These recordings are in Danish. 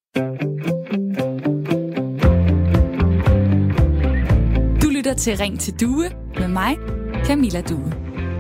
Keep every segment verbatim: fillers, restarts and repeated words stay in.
Du lytter til Ring til Due med mig, Camilla Due.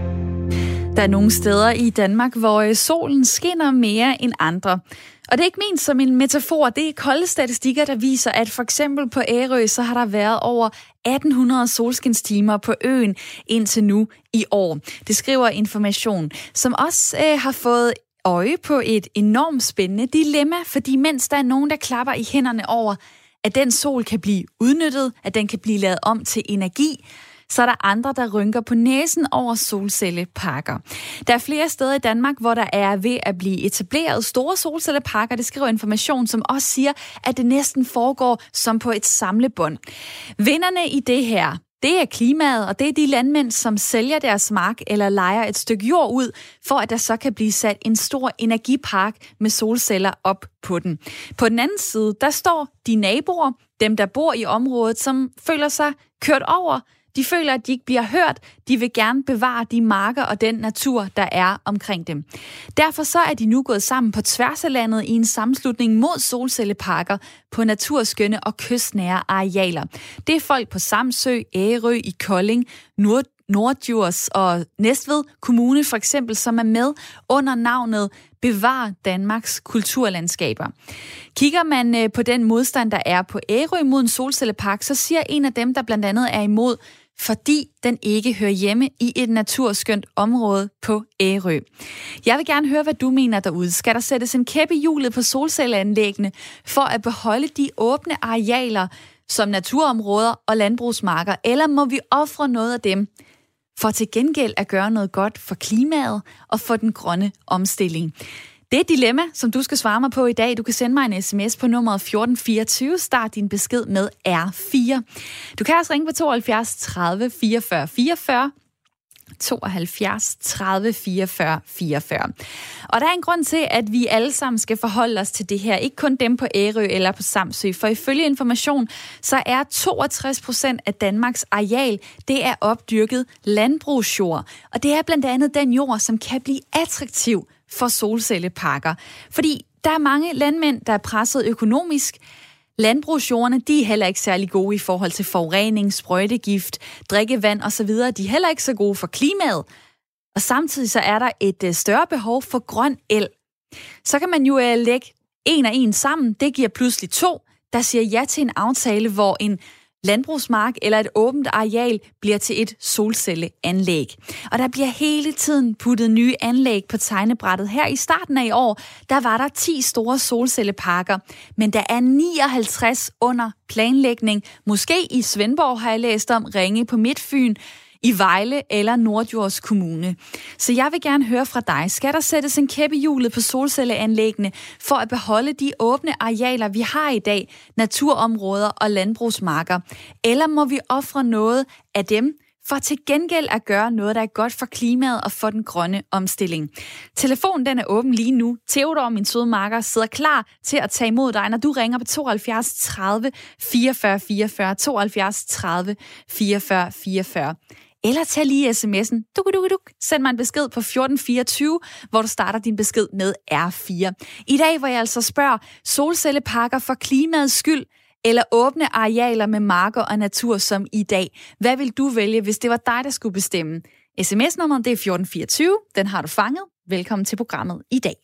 Der er nogle steder i Danmark, hvor solen skinner mere end andre. Og det er ikke ment som en metafor, det er kolde statistikker, der viser, at for eksempel på Ærø, så har der været over atten hundrede solskinstimer på øen indtil nu i år. Det skriver Information, som også øh, har fået øje på et enormt spændende dilemma, fordi mens der er nogen, der klapper i hænderne over, at den sol kan blive udnyttet, at den kan blive lavet om til energi, så er der andre, der rynker på næsen over solcelleparker. Der er flere steder i Danmark, hvor der er ved at blive etableret store solcelleparker. Det skriver Information, som også siger, at det næsten foregår som på et samlebånd. Vinderne i det her, det er klimaet, og det er de landmænd, som sælger deres mark eller lejer et stykke jord ud, for at der så kan blive sat en stor energipark med solceller op på den. På den anden side, der står de naboer, dem der bor i området, som føler sig kørt over. De føler, at de ikke bliver hørt. De vil gerne bevare de marker og den natur, der er omkring dem. Derfor så er de nu gået sammen på tværs af landet i en sammenslutning mod solcelleparker på naturskønne og kystnære arealer. Det er folk på Samsø, Ærø, i Kolding, Nord Norddjurs og Næstved Kommune for eksempel, som er med under navnet Bevar Danmarks kulturlandskaber. Kigger man på den modstand, der er på Ærø mod en solcellepark, så siger en af dem, der blandt andet er imod, fordi den ikke hører hjemme i et naturskønt område på Ærø. Jeg vil gerne høre, hvad du mener derude. Skal der sættes en kæp i hjulet på solcelleanlæggene for at beholde de åbne arealer som naturområder og landbrugsmarker, eller må vi ofre noget af dem for til gengæld at gøre noget godt for klimaet og for den grønne omstilling? Det er et dilemma, som du skal svare mig på i dag. Du kan sende mig en sms på nummeret fjorten fireogtyve. Start din besked med R fire. Du kan også ringe på tooghalvfjerds tredive fireogfyrre fireogfyrre. tooghalvfjerds tredive fireogfyrre fireogfyrre. Og der er en grund til, at vi alle sammen skal forholde os til det her. Ikke kun dem på Ærø eller på Samsø. For ifølge Information, så er toogtres procent af Danmarks areal, det er opdyrket landbrugsjord. Og det er blandt andet den jord, som kan blive attraktiv for solcelleparker. Fordi der er mange landmænd, der er presset økonomisk. Landbrugsjordene, de er heller ikke særlig gode i forhold til forurening, sprøjtegift, drikkevand osv. De er heller ikke så gode for klimaet. Og samtidig så er der et større behov for grøn el. Så kan man jo lægge en og en sammen. Det giver pludselig to, der siger ja til en aftale, hvor en landbrugsmark eller et åbent areal bliver til et solcelleanlæg. Og der bliver hele tiden puttet nye anlæg på tegnebrættet. Her i starten af i år, der var der ti store solcelleparker, men der er nioghalvtreds under planlægning. Måske i Svendborg har jeg læst om, Ringe på Midtfyn, i Vejle eller Norddjurs Kommune. Så jeg vil gerne høre fra dig. Skal der sættes en kæp i hjulet på solcelleanlæggene for at beholde de åbne arealer, vi har i dag, naturområder og landbrugsmarker? Eller må vi ofre noget af dem for til gengæld at gøre noget, der er godt for klimaet og for den grønne omstilling? Telefonen den er åben lige nu. Theodor, min søde makker, sidder klar til at tage imod dig, når du ringer på tooghalvfjerds tredive fireogfyrre fireogfyrre, tooghalvfjerds tredive fireogfyrre fireogfyrre. Eller tag lige sms'en. Duk, duk, duk. Send mig en besked på fjorten fireogtyve, hvor du starter din besked med R fire. I dag, hvor jeg altså spørger, solcelleparker for klimaets skyld, eller åbne arealer med marker og natur som i dag. Hvad vil du vælge, hvis det var dig, der skulle bestemme? S M S-nummeret det er fjorten fireogtyve. Den har du fanget. Velkommen til programmet i dag.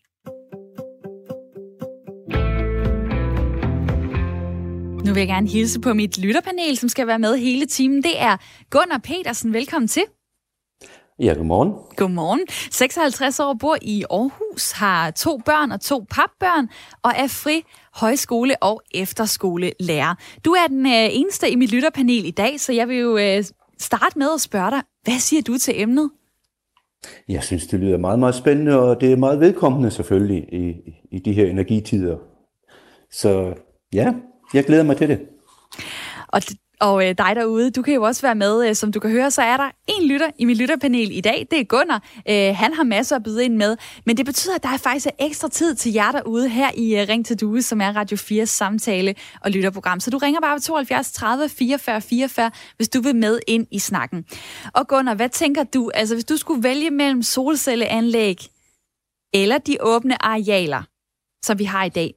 Nu vil jeg gerne hilse på mit lytterpanel, som skal være med hele timen. Det er Gunnar Petersen. Velkommen til. Ja, godmorgen. Godmorgen. seksoghalvtreds år, bor i Aarhus, har to børn og to papbørn, og er fri højskole- og efterskolelærer. Du er den øh, eneste i mit lytterpanel i dag, så jeg vil jo øh, starte med at spørge dig, hvad siger du til emnet? Jeg synes, det lyder meget, meget spændende, og det er meget velkomne selvfølgelig i, i de her energitider. Så ja, jeg glæder mig til det. Og Og øh, dig derude, du kan jo også være med. Som du kan høre, så er der en lytter i mit lytterpanel i dag. Det er Gunnar. Øh, han har masser at byde ind med. Men det betyder, at der er faktisk ekstra tid til jer derude her i uh, Ring til Due, som er Radio fires samtale- og lytterprogram. Så du ringer bare på tooghalvfjerds tredive fireogfyrre fireogfyrre, hvis du vil med ind i snakken. Og Gunnar, hvad tænker du? Altså, hvis du skulle vælge mellem solcelleanlæg eller de åbne arealer, som vi har i dag,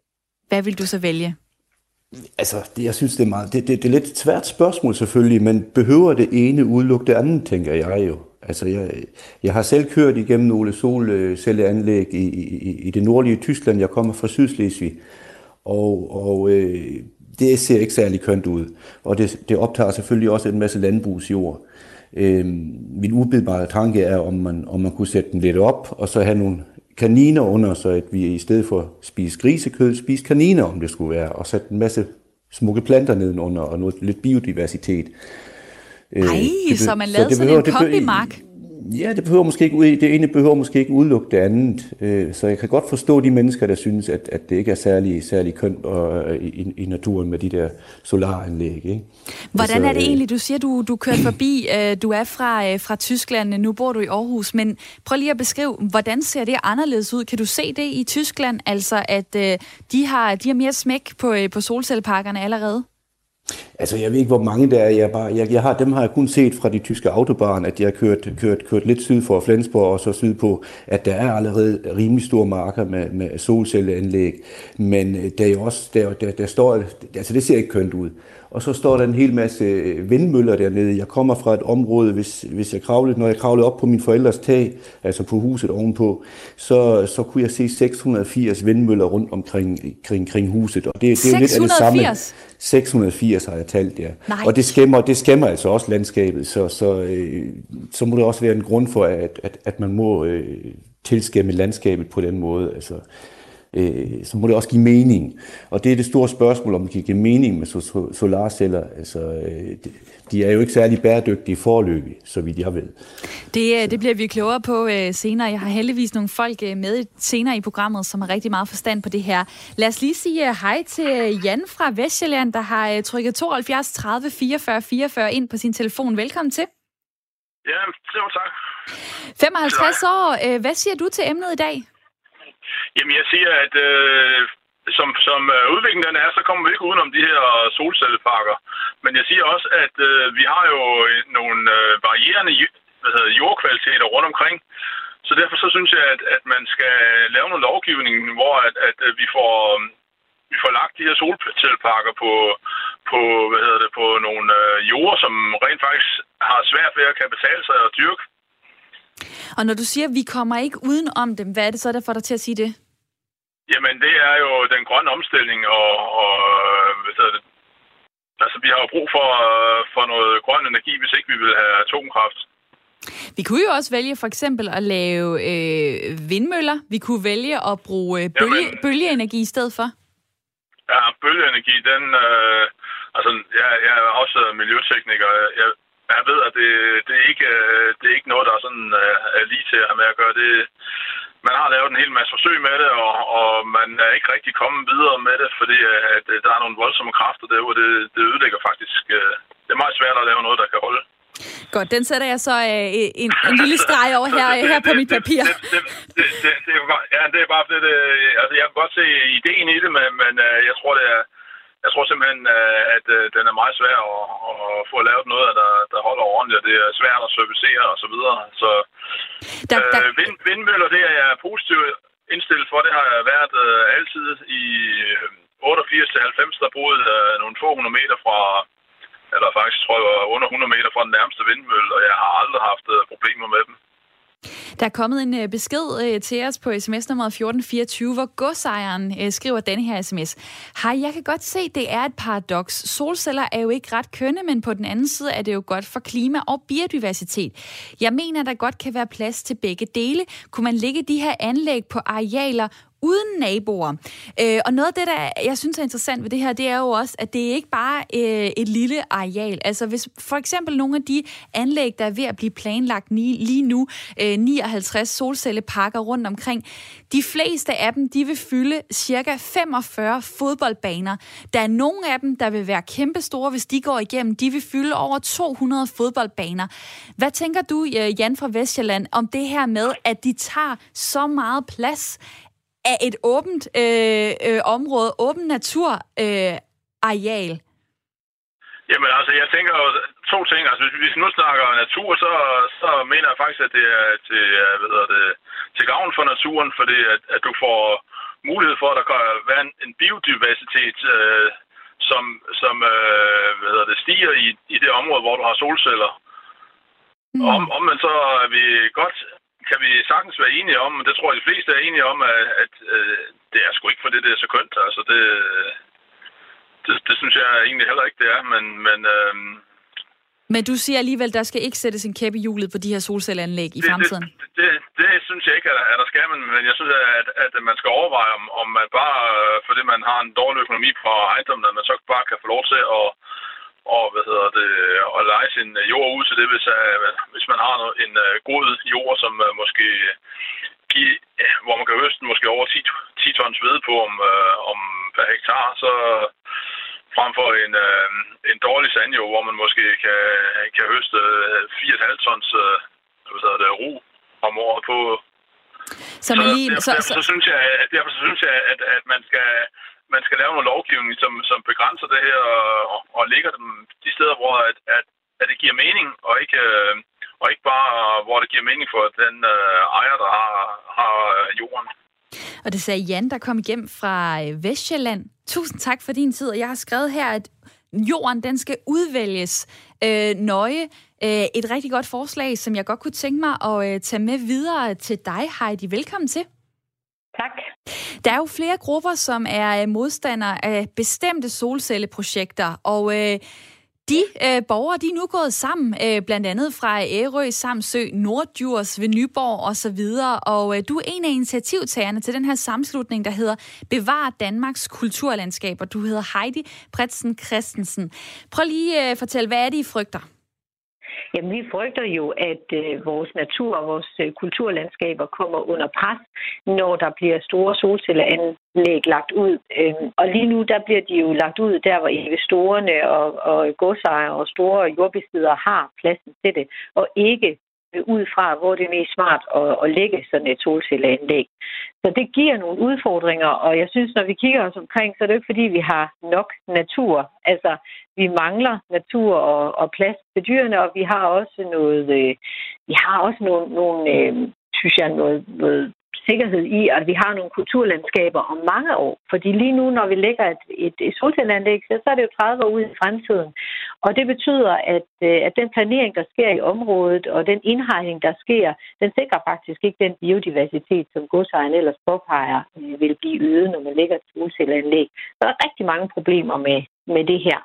hvad vil du så vælge? Altså, det, jeg synes, det er meget... Det, det, det er lidt et svært spørgsmål selvfølgelig, men behøver det ene udelukke det andet, tænker jeg jo. Altså, jeg, jeg har selv kørt igennem nogle solcelleanlæg i, i, i det nordlige Tyskland. Jeg kommer fra Sydslesvig, og, og øh, det ser ikke særlig kønt ud. Og det, det optager selvfølgelig også en masse landbrugsjord. Øh, min umiddelbare tanke er, om man, om man kunne sætte den lidt op, og så have nogle kaniner under, så at vi i stedet for at spise grisekød, spise kaniner, om det skulle være, og sætte en masse smukke planter nedenunder, og noget, lidt biodiversitet. Nej, øh, så man lavede sådan en kombimark. Ja, det behøver måske ikke, det ene behøver måske ikke udelukke det andet. Så jeg kan godt forstå de mennesker, der synes, at, at det ikke er særlig, særlig kønt og, i, i naturen med de der solaranlæg. Ikke? Hvordan er det egentlig? Du siger, du, du kører forbi, du er fra, fra Tyskland, nu bor du i Aarhus, men prøv lige at beskrive, hvordan ser det anderledes ud? Kan du se det i Tyskland, altså at de har, de har mere smæk på, på solcelleparkerne allerede? Altså, jeg ved ikke, hvor mange der er. Jeg, bare, jeg, jeg har, dem har jeg kun set fra de tyske autobahn, at de har kørt, kørt, kørt lidt syd for Flensborg og så syd på, at der er allerede rimelig store marker med, med solcelleanlæg. Men der er jo også, der, der, der står, altså det ser ikke kønt ud. Og så står der en hel masse vindmøller dernede. Jeg kommer fra et område, hvis, hvis jeg kravlede, når jeg kravlede op på min forældres tag, altså på huset ovenpå, så, så kunne jeg se seks hundrede og firs vindmøller rundt omkring kring, kring huset. Og det, det er jo lidt af det samme. seks hundrede og firs har jeg talt, ja. Nej. Og det skæmmer, det skæmmer altså også landskabet, så, så, øh, så må det også være en grund for, at, at, at man må øh, tilskæmme landskabet på den måde, altså. Øh, så må det også give mening. Og det er det store spørgsmål, om det kan give mening med solarceller. Altså, øh, de er jo ikke særlig bæredygtige foreløbig, så vidt jeg ved. Det, det bliver vi klogere på øh, senere. Jeg har heldigvis nogle folk øh, med senere i programmet, som har rigtig meget forstand på det her. Lad os lige sige øh, hej til Jan fra Vestjylland, der har øh, trykket tooghalvfjerds tredive fireogfyrre fireogfyrre ind på sin telefon. Velkommen til. Ja, selv tak. femoghalvtreds år. Øh, hvad siger du til emnet i dag? Jamen, jeg siger, at øh, som, som udviklingen den er, så kommer vi ikke udenom de her solcelleparker. Men jeg siger også, at øh, vi har jo nogle øh, varierende hvad hedder, jordkvaliteter rundt omkring. Så derfor så synes jeg, at, at man skal lave noget lovgivning, hvor at, at vi får vi får lagt de her solcelleparker på på hvad hedder det på nogle øh, jorder, som rent faktisk har svært ved at kan betale sig at dyrke. Og når du siger, at vi kommer ikke uden om dem, hvad er det så, der får dig til at sige det? Jamen, det er jo den grønne omstilling, og, og hvad hedder det? Altså, vi har jo brug for, for noget grøn energi, hvis ikke vi vil have atomkraft. Vi kunne jo også vælge for eksempel at lave øh, vindmøller. Vi kunne vælge at bruge øh, bølge, Jamen, bølgeenergi i stedet for. Ja, bølgeenergi, den... Øh, altså, jeg, jeg er også miljøtekniker. Jeg, Jeg ved, at det, det, er ikke, det er ikke noget, der er sådan er lige til at med at gøre det. Man har lavet en hel masse forsøg med det, og, og man er ikke rigtig kommet videre med det, fordi at der er nogle voldsomme kræfter der, hvor det, det ødelægger faktisk. Det er meget svært at lave noget, der kan holde. Godt, den sætter jeg så øh, en, en lille streg over her, det, her på mit papir. Det, det, det, det, det, er bare, ja, det er bare det, det, altså jeg kan godt se ideen i det, men, men jeg tror, det er... Jeg tror simpelthen, at den er meget svær at, at få lavet noget, der, der holder ordentligt, og det er svært at servicere og så videre. Så der, der... Øh, vind, vindmøller, det er jeg positivt indstillet for. Det har jeg været øh, altid i otteogfirs til halvfems, der boede øh, nogle få hundrede meter fra, eller faktisk tror jeg under hundrede meter fra den nærmeste vindmølle, og jeg har aldrig haft øh, problemer med dem. Der er kommet en besked til os på sms-nummeret fjorten fireogtyve, hvor godsejeren skriver denne her sms. Hej, jeg kan godt se, det er et paradoks. Solceller er jo ikke ret kønne, men på den anden side er det jo godt for klima og biodiversitet. Jeg mener, der godt kan være plads til begge dele. Kunne man lægge de her anlæg på arealer uden naboer. Øh, og noget af det, der jeg synes er interessant ved det her, det er jo også, at det ikke bare er øh, et lille areal. Altså hvis for eksempel nogle af de anlæg, der er ved at blive planlagt lige nu, øh, nioghalvtreds solcelleparker rundt omkring, de fleste af dem, de vil fylde cirka femogfyrre fodboldbaner. Der er nogle af dem, der vil være kæmpestore, hvis de går igennem. De vil fylde over to hundrede fodboldbaner. Hvad tænker du, Jan fra Vestjylland, om det her med, at de tager så meget plads af et åbent øh, øh, område, åbent naturareal? Øh, Jamen altså, jeg tænker jo to ting. Altså, hvis vi nu snakker natur, så, så mener jeg faktisk, at det er til, hvad hedder det, til gavn for naturen, fordi at, at du får mulighed for, at der kan være en, en biodiversitet, øh, som, som øh, hvad hedder det, stiger i, i det område, hvor du har solceller. Mm. Om, om man så er vi godt, kan vi sagtens være enige om, og det tror jeg, de fleste er enige om, at, at øh, det er sgu ikke for det, det er så kønt. Altså det, det, det synes jeg egentlig heller ikke, det er, men... men øh, Men du siger alligevel, der skal ikke sættes en kæppe i hjulet på de her solcelleanlæg i det, fremtiden? Det, det, det, det synes jeg ikke, at der skal, men, men jeg synes, at, at man skal overveje, om, om man bare, fordi man har en dårlig økonomi på ejendommen, at man så bare kan få lov til at, og, hvad hedder det, at lege sin jord ud til det, hvis, hvis man har en god jord, som måske give, hvor man kan høste måske over ti tons hvede på om, om per hektar, så frem for en, øh, en dårlig sandjord, hvor man måske kan, kan høste fire komma fem tons øh, det, ro om året på. Så, så, lige, derfor, så, derfor, så synes jeg, at, derfor så synes jeg, at, at man, skal, man skal lave noget lovgivning, som, som begrænser det her og, og lægger dem de steder, hvor at, at, at det giver mening, og ikke, øh, og ikke bare, hvor det giver mening for den øh, ejer, der har, har jorden. Og det sagde Jan, der kom igennem fra Vestjylland. Tusind tak for din tid, og jeg har skrevet her, at jorden, den skal udvælges øh, nøje. Øh, et rigtig godt forslag, som jeg godt kunne tænke mig at øh, tage med videre til dig, Heidi. Velkommen til. Tak. Der er jo flere grupper, som er modstandere af bestemte solcelleprojekter, og øh, De øh, borgere, de er nu gået sammen, øh, blandt andet fra Ærø, Samsø, Norddjurs ved Nyborg og så videre. Og øh, du er en af initiativtagerne til den her sammenslutning, der hedder Bevar Danmarks Kulturlandskab, og du hedder Heidi Pritsen Christensen. Prøv lige at øh, fortælle, hvad er det, I frygter? Jamen, vi frygter jo, at øh, vores natur og vores øh, kulturlandskaber kommer under pres, når der bliver store solcelleanlæg lagt ud. Øhm, og lige nu, der bliver de jo lagt ud der, hvor investorerne og, og godsejere og store jordbesiddere har pladsen til det, og ikke ud fra, hvor det er mest smart at, at lægge sådan et solcelleanlæg. Så det giver nogle udfordringer, og jeg synes, når vi kigger os omkring, så er det ikke fordi, vi har nok natur. Altså, vi mangler natur og, og plads til dyrene, og vi har også noget, øh, vi har også nogle, nogle øh, synes jeg, noget, noget sikkerhed i, at vi har nogle kulturlandskaber om mange år. Fordi lige nu, når vi lægger et, et, et solcelleanlæg, så er det jo tredive år ude i fremtiden. Og det betyder, at, at den planering, der sker i området, og den indhegning, der sker, den sikrer faktisk ikke den biodiversitet, som godsejeren ellers påpeger, vil blive øget, når man lægger et solcelleanlæg. Så der er rigtig mange problemer med, med det her.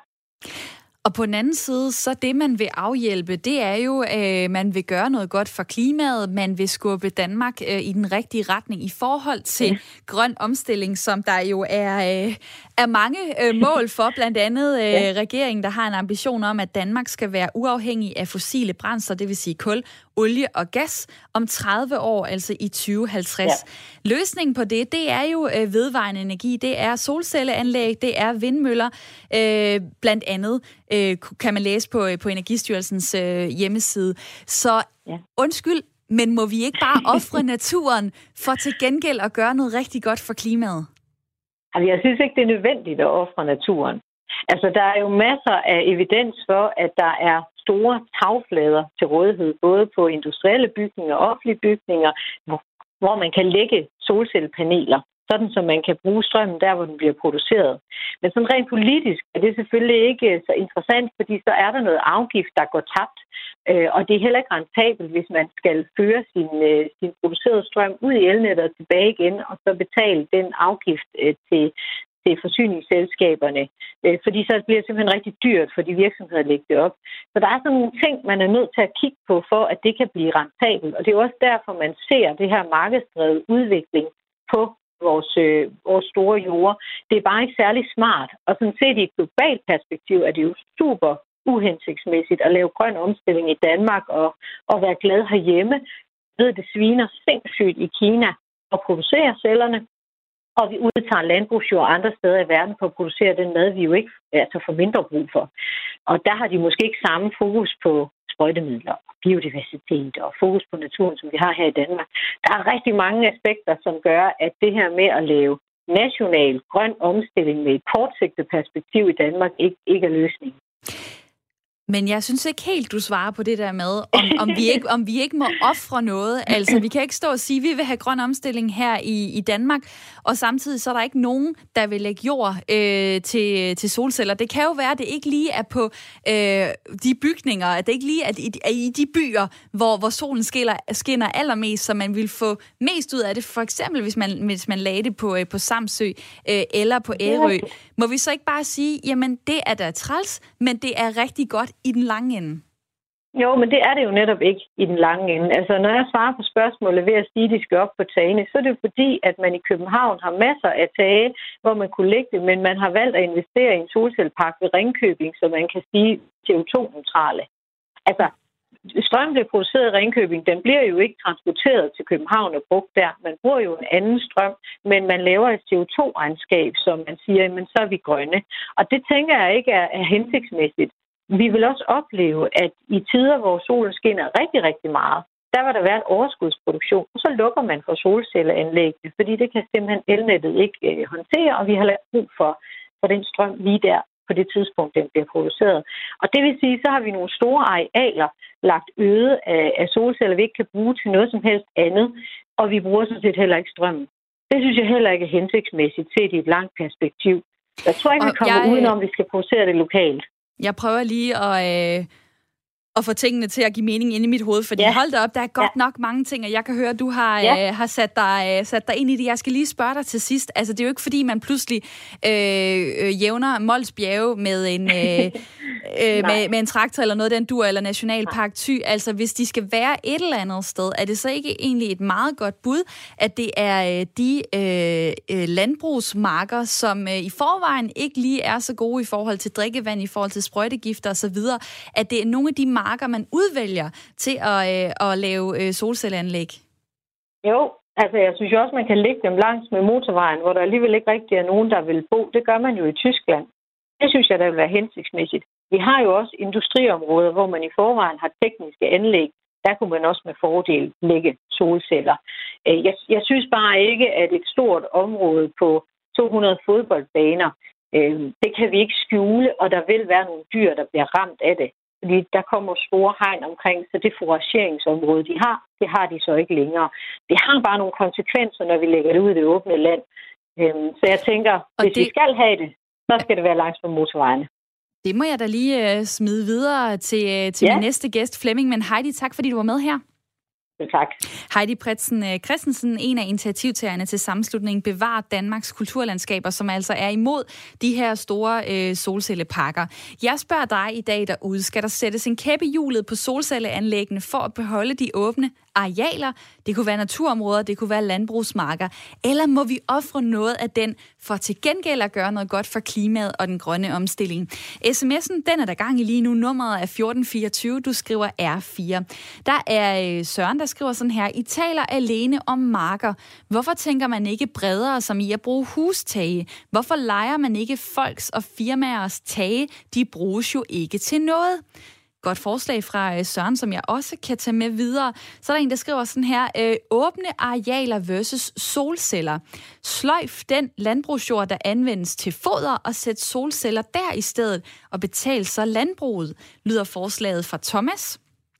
Og på den anden side, så det, man vil afhjælpe, det er jo, at øh, man vil gøre noget godt for klimaet. Man vil skubbe Danmark øh, i den rigtige retning i forhold til ja. grøn omstilling, som der jo er, øh, er mange øh, mål for. Blandt andet øh, ja. regeringen, der har en ambition om, at Danmark skal være uafhængig af fossile brændsler, det vil sige kul, olie og gas, om tredive år, altså i tyve halvtreds. Ja. Løsningen på det, det er jo øh, vedvarende energi. Det er solcelleanlæg, det er vindmøller, øh, blandt andet. Kan man læse på, på Energistyrelsens øh, hjemmeside. Så ja. undskyld, men må vi ikke bare ofre naturen for til gengæld at gøre noget rigtig godt for klimaet? Altså, jeg synes ikke, det er nødvendigt at ofre naturen. Altså, der er jo masser af evidens for, at der er store tagflader til rådighed, både på industrielle bygninger og offentlige bygninger, hvor, hvor man kan lægge solcellepaneler, sådan så man kan bruge strømmen der, hvor den bliver produceret. Men sådan rent politisk er det selvfølgelig ikke så interessant, fordi så er der noget afgift, der går tabt, og det er heller ikke rentabelt, hvis man skal føre sin, sin producerede strøm ud i elnettet og tilbage igen, og så betale den afgift til, til forsyningsselskaberne, fordi så bliver det simpelthen rigtig dyrt for de virksomheder at lægge det op. Så der er sådan nogle ting, man er nødt til at kigge på, for at det kan blive rentabelt, og det er også derfor, man ser det her markedsdrevet udvikling på Vores, øh, vores store jorder. Det er bare ikke særlig smart. Og sådan set i et globalt perspektiv er det jo super uhensigtsmæssigt at lave grøn omstilling i Danmark og, og være glad herhjemme. Ved det sviner sindssygt i Kina og producerer cellerne, og vi udtager landbrugsjord andre steder i verden for at producere den mad, vi jo ikke altså får mindre brug for. Og der har de måske ikke samme fokus på sprøjtemidler, biodiversitet og fokus på naturen, som vi har her i Danmark. Der er rigtig mange aspekter, som gør, at det her med at lave national grøn omstilling med et kortsigtet perspektiv i Danmark ikke, ikke er løsningen. Men jeg synes ikke helt, du svarer på det der med, om, om, vi, ikke, om vi ikke må ofre noget. Altså, vi kan ikke stå og sige, at vi vil have grøn omstilling her i, i Danmark, og samtidig så er der ikke nogen, der vil lægge jord øh, til, til solceller. Det kan jo være, at det ikke lige er på øh, de bygninger, at det ikke lige er i, er i de byer, hvor, hvor solen skinner, skinner allermest, så man vil få mest ud af det. For eksempel, hvis man, hvis man lagde det på, øh, på Samsø øh, eller på Ærø. Må vi så ikke bare sige, jamen det er da træls, men det er rigtig godt i den lange ende? Jo, men det er det jo netop ikke i den lange ende. Altså, når jeg svarer på spørgsmålet ved at sige, at de skal op på tagene, så er det jo fordi, at man i København har masser af tage, hvor man kunne lægge det, men man har valgt at investere i en solcellepark ved Ringkøbing, så man kan sige C O to neutrale. Altså, strøm bliver produceret i Ringkøbing, den bliver jo ikke transporteret til København og brugt der. Man bruger jo en anden strøm, men man laver et C O to regnskab, som man siger, men så er vi grønne. Og det tænker jeg ikke er, er hensigtsmæssigt. Vi vil også opleve, at i tider, hvor solen skinner rigtig, rigtig meget, der vil der være en overskudsproduktion, og så lukker man for solcelleanlæggene, fordi det kan simpelthen elnettet ikke øh, håndtere, og vi har lavet brug for, for den strøm lige der på det tidspunkt, den bliver produceret. Og det vil sige, så har vi nogle store arealer lagt øde af, af solceller, vi ikke kan bruge til noget som helst andet, og vi bruger sådan set heller ikke strømmen. Det synes jeg heller ikke er hensigtsmæssigt set i et langt perspektiv. Jeg tror ikke, vi kommer jeg... udenom, vi skal producere det lokalt. Jeg prøver lige at, øh, at få tingene til at give mening inde i mit hoved, fordi ja. hold da op, der er godt ja. nok mange ting, og jeg kan høre, at du har, ja. øh, har sat, dig, øh, sat dig ind i det. Jeg skal lige spørge dig til sidst. Altså, det er jo ikke, fordi man pludselig øh, øh, jævner Mols Bjerge med en, øh, øh, med, med en traktor eller noget, den dur, eller Nationalpark Thy. Altså, hvis de skal være et eller andet sted, er det så ikke egentlig et meget godt bud, at det er øh, de øh, øh, landbrugsmarker, som øh, i forvejen ikke lige er så gode i forhold til drikkevand, i forhold til sprøjtegifter osv., at det er nogle af de marker, man udvælger til at, øh, at lave øh, solcelleanlæg? Jo, altså jeg synes jo også, man kan lægge dem langs med motorvejen, hvor der alligevel ikke rigtig er nogen, der vil bo. Det gør man jo i Tyskland. Det synes jeg, der vil være hensigtsmæssigt. Vi har jo også industriområder, hvor man i forvejen har tekniske anlæg. Der kunne man også med fordel lægge solceller. Jeg, jeg synes bare ikke, at et stort område på to hundrede fodboldbaner, det kan vi ikke skjule, og der vil være nogle dyr, der bliver ramt af det. Fordi der kommer store hegn omkring, så det forageringsområde, de har, det har de så ikke længere. Det har bare nogle konsekvenser, når vi lægger det ud i det åbne land. Så jeg tænker, og hvis det... vi skal have det, så skal det være langs med motorvejene. Det må jeg da lige uh, smide videre til, til ja. min næste gæst, Flemming. Men Heidi, tak fordi du var med her. Tak. Heidi Pretzen Christensen, en af initiativtagerne til sammenslutningen Bevar Danmarks Kulturlandskaber, som altså er imod de her store øh, solcelleparker. Jeg spørger dig i dag derude, skal der sættes en kæppe i hjulet på solcelleanlæggene for at beholde de åbne arealer? Det kunne være naturområder, det kunne være landbrugsmarker. Eller må vi ofre noget af den for til gengæld at gøre noget godt for klimaet og den grønne omstilling? Sms'en, den er der gang i lige nu. Nummeret er fjorten fireogtyve. Du skriver R fire. Der er Søren, der skriver sådan her. I taler alene om marker. Hvorfor tænker man ikke bredere, som i at bruge hustage? Hvorfor lejer man ikke folks og firmaers tage? De bruges jo ikke til noget. Godt forslag fra Søren, som jeg også kan tage med videre. Så er der en, der skriver sådan her. Øh, åbne arealer versus solceller. Sløjf den landbrugsjord, der anvendes til foder, og sæt solceller der i stedet, og betal så landbruget, lyder forslaget fra Thomas.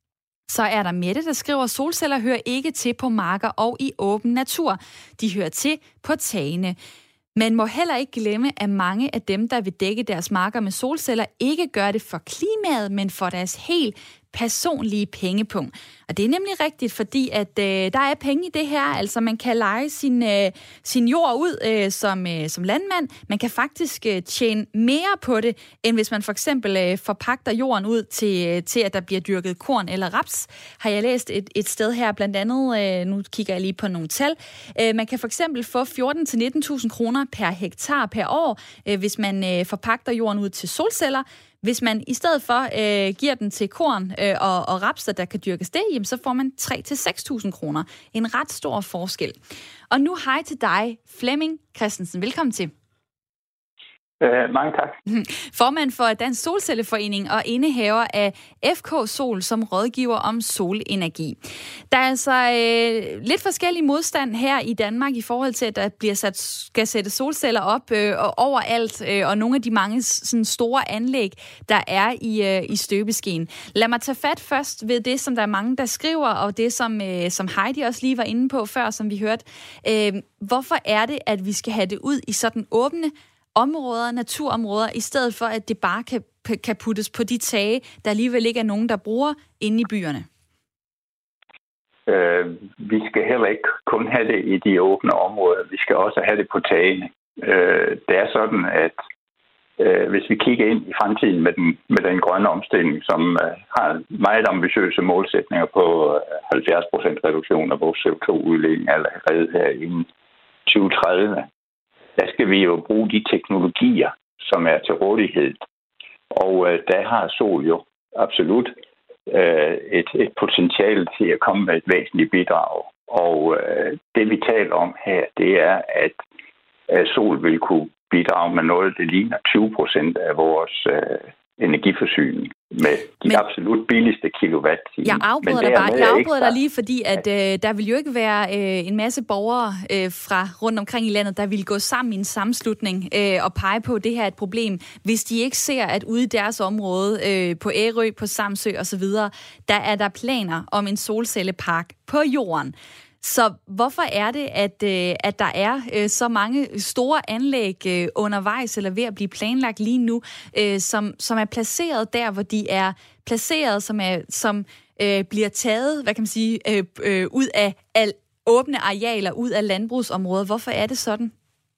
Så er der Mette, der skriver, solceller hører ikke til på marker og i åben natur. De hører til på tagene. Man må heller ikke glemme, at mange af dem, der vil dække deres marker med solceller, ikke gør det for klimaet, men for deres helt personlige pengepunkt. Og det er nemlig rigtigt, fordi at øh, der er penge i det her. Altså man kan leje sin, øh, sin jord ud øh, som, øh, som landmand. Man kan faktisk øh, tjene mere på det, end hvis man for eksempel øh, forpagter jorden ud til, øh, til, at der bliver dyrket korn eller raps. Har jeg læst et, et sted her, blandt andet, øh, nu kigger jeg lige på nogle tal. Øh, man kan for eksempel få fjorten til nitten tusind kroner per hektar per år, øh, hvis man øh, forpagter jorden ud til solceller. Hvis man i stedet for øh, giver den til korn øh, og, og rapser, der kan dyrkes det, jamen, så får man tre til seks tusind kroner. En ret stor forskel. Og nu hej til dig, Flemming Christensen. Velkommen til. Uh, mange tak. Formand for Dansk Solcelleforening og indehaver af F K Sol som rådgiver om solenergi. Der er altså øh, lidt forskellig modstand her i Danmark i forhold til, at der bliver sat, skal sætte solceller op øh, og overalt, øh, og nogle af de mange sådan, store anlæg, der er i, øh, i støbeskeen. Lad mig tage fat først ved det, som der er mange, der skriver, og det, som, øh, som Heidi også lige var inde på før, som vi hørte. Øh, hvorfor er det, at vi skal have det ud i sådan åbne områder, naturområder, i stedet for, at det bare kan, kan puttes på de tage, der alligevel ikke er nogen, der bruger inde i byerne? Øh, vi skal heller ikke kun have det i de åbne områder. Vi skal også have det på tagene. Øh, det er sådan, at øh, hvis vi kigger ind i fremtiden med den, med den grønne omstilling, som øh, har meget ambitiøse målsætninger på halvfjerds procent reduktion af vores C O to udledning allerede her inden tyve tredive, der skal vi jo bruge de teknologier, som er til rådighed. Og øh, der har sol jo absolut øh, et, et potentiale til at komme med et væsentligt bidrag. Og øh, det vi taler om her, det er, at øh, sol vil kunne bidrage med noget, der ligner tyve procent af vores øh, energiforsyning med de Men, absolut billigste kilowatt-timer. Jeg afbryder dig bare. Jeg afbryder dig lige, fordi at øh, der vil jo ikke være øh, en masse borgere øh, fra rundt omkring i landet, der vil gå sammen i en sammenslutning øh, og pege på, at det her er et problem, hvis de ikke ser, at ude i deres område, øh, på Ærø, på Samsø osv., der er der planer om en solcellepark på jorden. Så hvorfor er det, at, øh, at der er øh, så mange store anlæg øh, undervejs eller ved at blive planlagt lige nu, øh, som, som er placeret der, hvor de er placeret, som, er, som øh, bliver taget, hvad kan man sige, øh, øh, ud af al, åbne arealer, ud af landbrugsområder? Hvorfor er det sådan?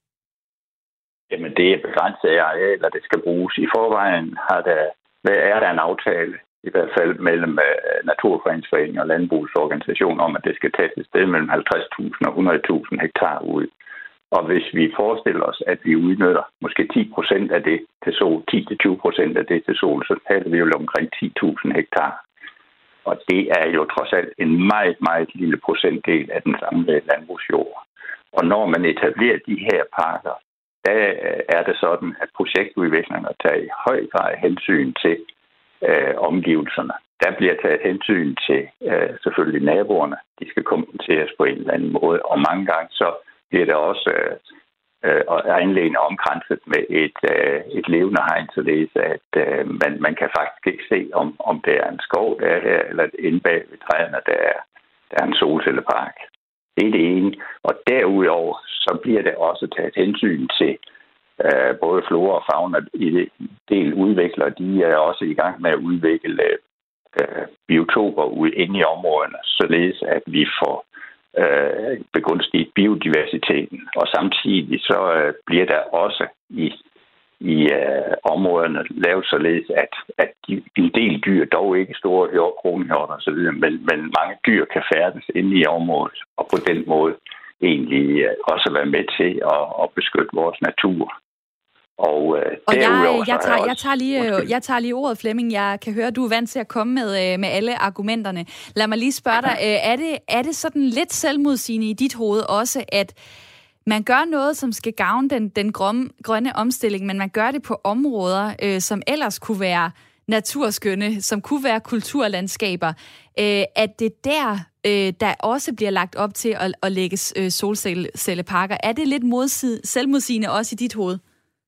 Jamen, det er begrænsede arealer, det skal bruges. I forvejen har der, er der en aftale, i hvert fald mellem uh, Naturfredningsforeningen og landbrugsorganisationer om, at det skal tages et sted mellem halvtreds tusind og hundrede tusind hektar ud. Og hvis vi forestiller os, at vi udnytter måske ti procent af det til sol, ti til tyve procent af det til sol, så taler vi jo omkring ti tusind hektar. Og det er jo trods alt en meget, meget lille procentdel af den samlede landbrugsjord. Og når man etablerer de her parker, der er det sådan, at projektudviklerne tager i høj grad hensyn til Øh, omgivelserne. Der bliver taget hensyn til øh, selvfølgelig naboerne. De skal kompenseres på en eller anden måde. Og mange gange så bliver det også øh, anlæggende omkranset med et, øh, et levende hegn, således at øh, man, man kan faktisk ikke se, om, om det er en skov, der er her, eller inde bag ved træerne, der er, der er en solcellepark. Det er det ene. Og derudover så bliver det også taget hensyn til Uh, både flora og fauna i det del udvikler, de er også i gang med at udvikle uh, biotoper ude inde i områderne, således at vi får uh, begunstiget biodiversiteten. Og samtidig så uh, bliver der også i, i uh, områderne lavet således, at, at de, en del dyr, dog ikke store kronhjorter og så videre, men, men mange dyr kan færdes inde i området, og på den måde egentlig uh, også være med til at, at beskytte vores natur. Og, øh, og jeg, jeg, tager, jeg, tager lige, jeg tager lige ordet, Flemming. Jeg kan høre, at du er vant til at komme med, med alle argumenterne. Lad mig lige spørge dig, er det, er det sådan lidt selvmodsigende i dit hoved også, at man gør noget, som skal gavne den, den grønne, grønne omstilling, men man gør det på områder, øh, som ellers kunne være naturskønne, som kunne være kulturlandskaber, øh, at det der, øh, der også bliver lagt op til at, at lægge øh, solcelleparker. Er det lidt modsid, selvmodsigende også i dit hoved?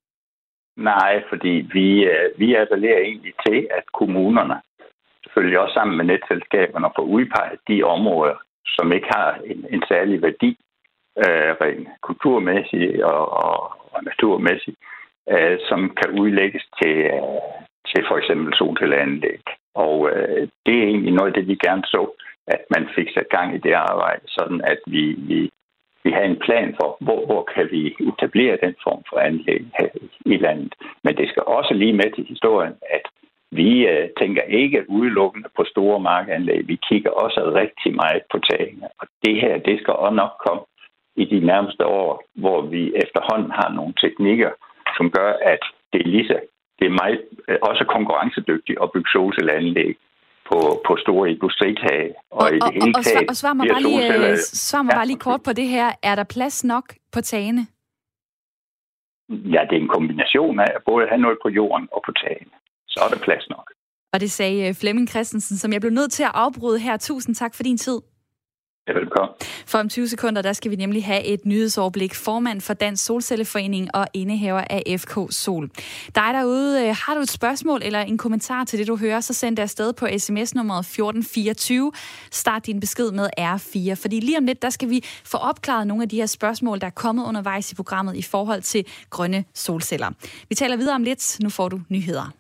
Nej, fordi vi, vi appellerer egentlig til, at kommunerne, selvfølgelig også sammen med netselskaberne, får udpeget de områder, som ikke har en, en særlig værdi, øh, rent kulturmæssigt og, og, og naturmæssigt, øh, som kan udlægges til, øh, til for eksempel solcelleanlæg. Og øh, det er egentlig noget af det, vi gerne så, at man fik sat gang i det arbejde, sådan at vi, vi Vi har en plan for, hvor, hvor kan vi etablere den form for anlæg her i landet. Men det skal også lige med til historien, at vi øh, tænker ikke udelukkende på store markanlæg. Vi kigger også rigtig meget på tagene. Og det her, det skal også nok komme i de nærmeste år, hvor vi efterhånden har nogle teknikker, som gør, at det er, lige så, det er meget, øh, også konkurrencedygtigt at bygge solcelleanlæg På, på store industritage. Og, og, i det hele og, og, og svar mig bare lige, svar mig ja. bare lige kort på det her. Er der plads nok på tagene? Ja, det er en kombination af at både have noget på jorden og på tagen. Så er der plads nok. Og det sagde Flemming Christensen, som jeg blev nødt til at afbryde her. Tusind tak for din tid. Ja, velkommen. For om tyve sekunder, der skal vi nemlig have et nyhedsoverblik. Formand for Dansk Solcelleforening og indehaver af F K Sol. Dig derude, har du et spørgsmål eller en kommentar til det, du hører, så send det afsted på sms-nummeret fjorten fireogtyve. Start din besked med R fire, fordi lige om lidt, der skal vi få opklaret nogle af de her spørgsmål, der er kommet undervejs i programmet i forhold til grønne solceller. Vi taler videre om lidt. Nu får du nyheder.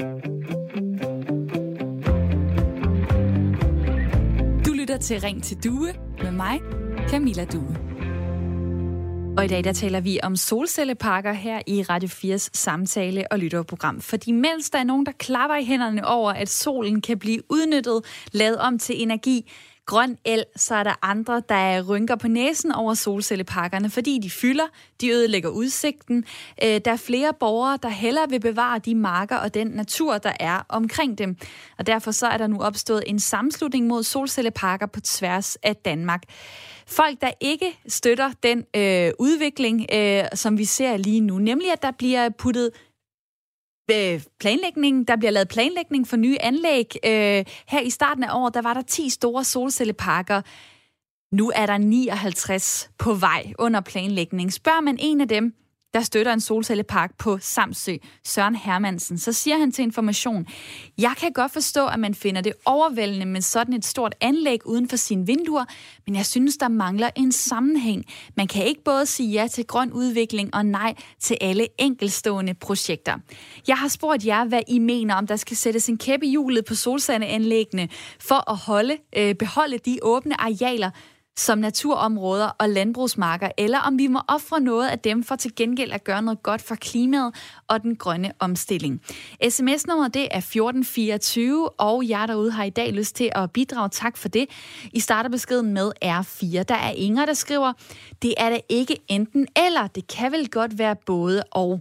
Til Ring til Due med mig, Camilla Due. Og i dag der taler vi om solcelleparker her i Radio fires samtale- og lytterprogram. Fordi mens der er nogen, der klapper i hænderne over, at solen kan blive udnyttet, lavet om til energi, grøn el, så er der andre, der rynker på næsen over solcelleparkerne, fordi de fylder, de ødelægger udsigten. Der er flere borgere, der hellere vil bevare de marker og den natur, der er omkring dem. Og derfor så er der nu opstået en sammenslutning mod solcelleparker på tværs af Danmark. Folk, der ikke støtter den øh, udvikling, øh, som vi ser lige nu, nemlig at der bliver puttet planlægning, der bliver lavet planlægning for nye anlæg. Øh, her i starten af året, der var der ti store solcelleparker. Nu er der nioghalvtreds på vej under planlægning. Spørger man en af dem, der støtter en solcellepark på Samsø, Søren Hermansen, så siger han til Information: jeg kan godt forstå, at man finder det overvældende med sådan et stort anlæg uden for sine vinduer, men jeg synes, der mangler en sammenhæng. Man kan ikke både sige ja til grøn udvikling og nej til alle enkeltstående projekter. Jeg har spurgt jer, hvad I mener, om der skal sættes en kæppe i hjulet på solcelleanlæggene for at holde, øh, beholde de åbne arealer, som naturområder og landbrugsmarker, eller om vi må ofre noget af dem for til gengæld at gøre noget godt for klimaet og den grønne omstilling. S M S-nummeret det er fjorten fireogtyve, og jer derude har i dag lyst til at bidrage. Tak for det. I starter beskeden med R fire. Der er Inger, der skriver: det er da ikke enten eller, det kan vel godt være både og.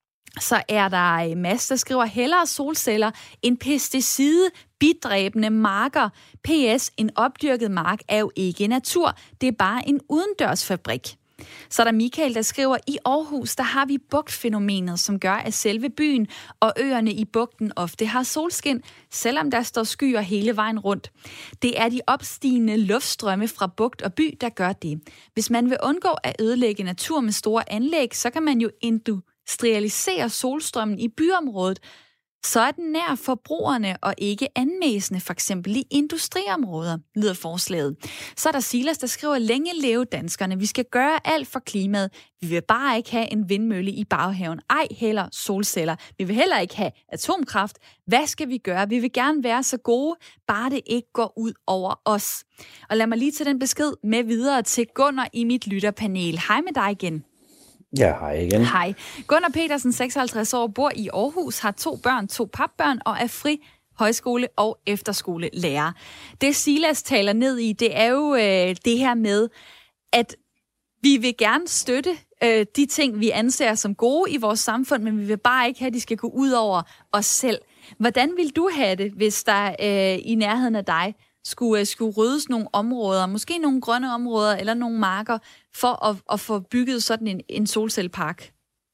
Så er der Mads, der skriver: hellere solceller end pesticide bidræbende marker. P S. En opdyrket mark er jo ikke natur. Det er bare en udendørsfabrik. Så er der Michael, der skriver: i Aarhus, der har vi bugtfænomenet, som gør, at selve byen og øerne i bugten ofte har solskin, selvom der står skyer hele vejen rundt. Det er de opstigende luftstrømme fra bugt og by, der gør det. Hvis man vil undgå at ødelægge natur med store anlæg, så kan man jo industrialisere solstrømmen i byområdet, så er den nær forbrugerne og ikke anmæsende, for eksempel i industriområder, lyder forslaget. Så er der Silas, der skriver: længe leve danskerne. Vi skal gøre alt for klimaet. Vi vil bare ikke have en vindmølle i baghaven. Ej heller solceller. Vi vil heller ikke have atomkraft. Hvad skal vi gøre? Vi vil gerne være så gode, bare det ikke går ud over os. Og lad mig lige tage den besked med videre til Gunnar i mit lytterpanel. Hej med dig igen. Ja, hej igen. Hej. Gunnar Petersen, seksoghalvtreds år, bor i Aarhus, har to børn, to papbørn og er fri højskole- og efterskolelærer. Det Silas taler ned i, det er jo øh, det her med, at vi vil gerne støtte øh, de ting, vi anser som gode i vores samfund, men vi vil bare ikke have, at de skal gå ud over os selv. Hvordan vil du have det, hvis der øh, i nærheden af dig skulle, skulle ryddes nogle områder, måske nogle grønne områder eller nogle marker, for at, at få bygget sådan en, en solcellepark?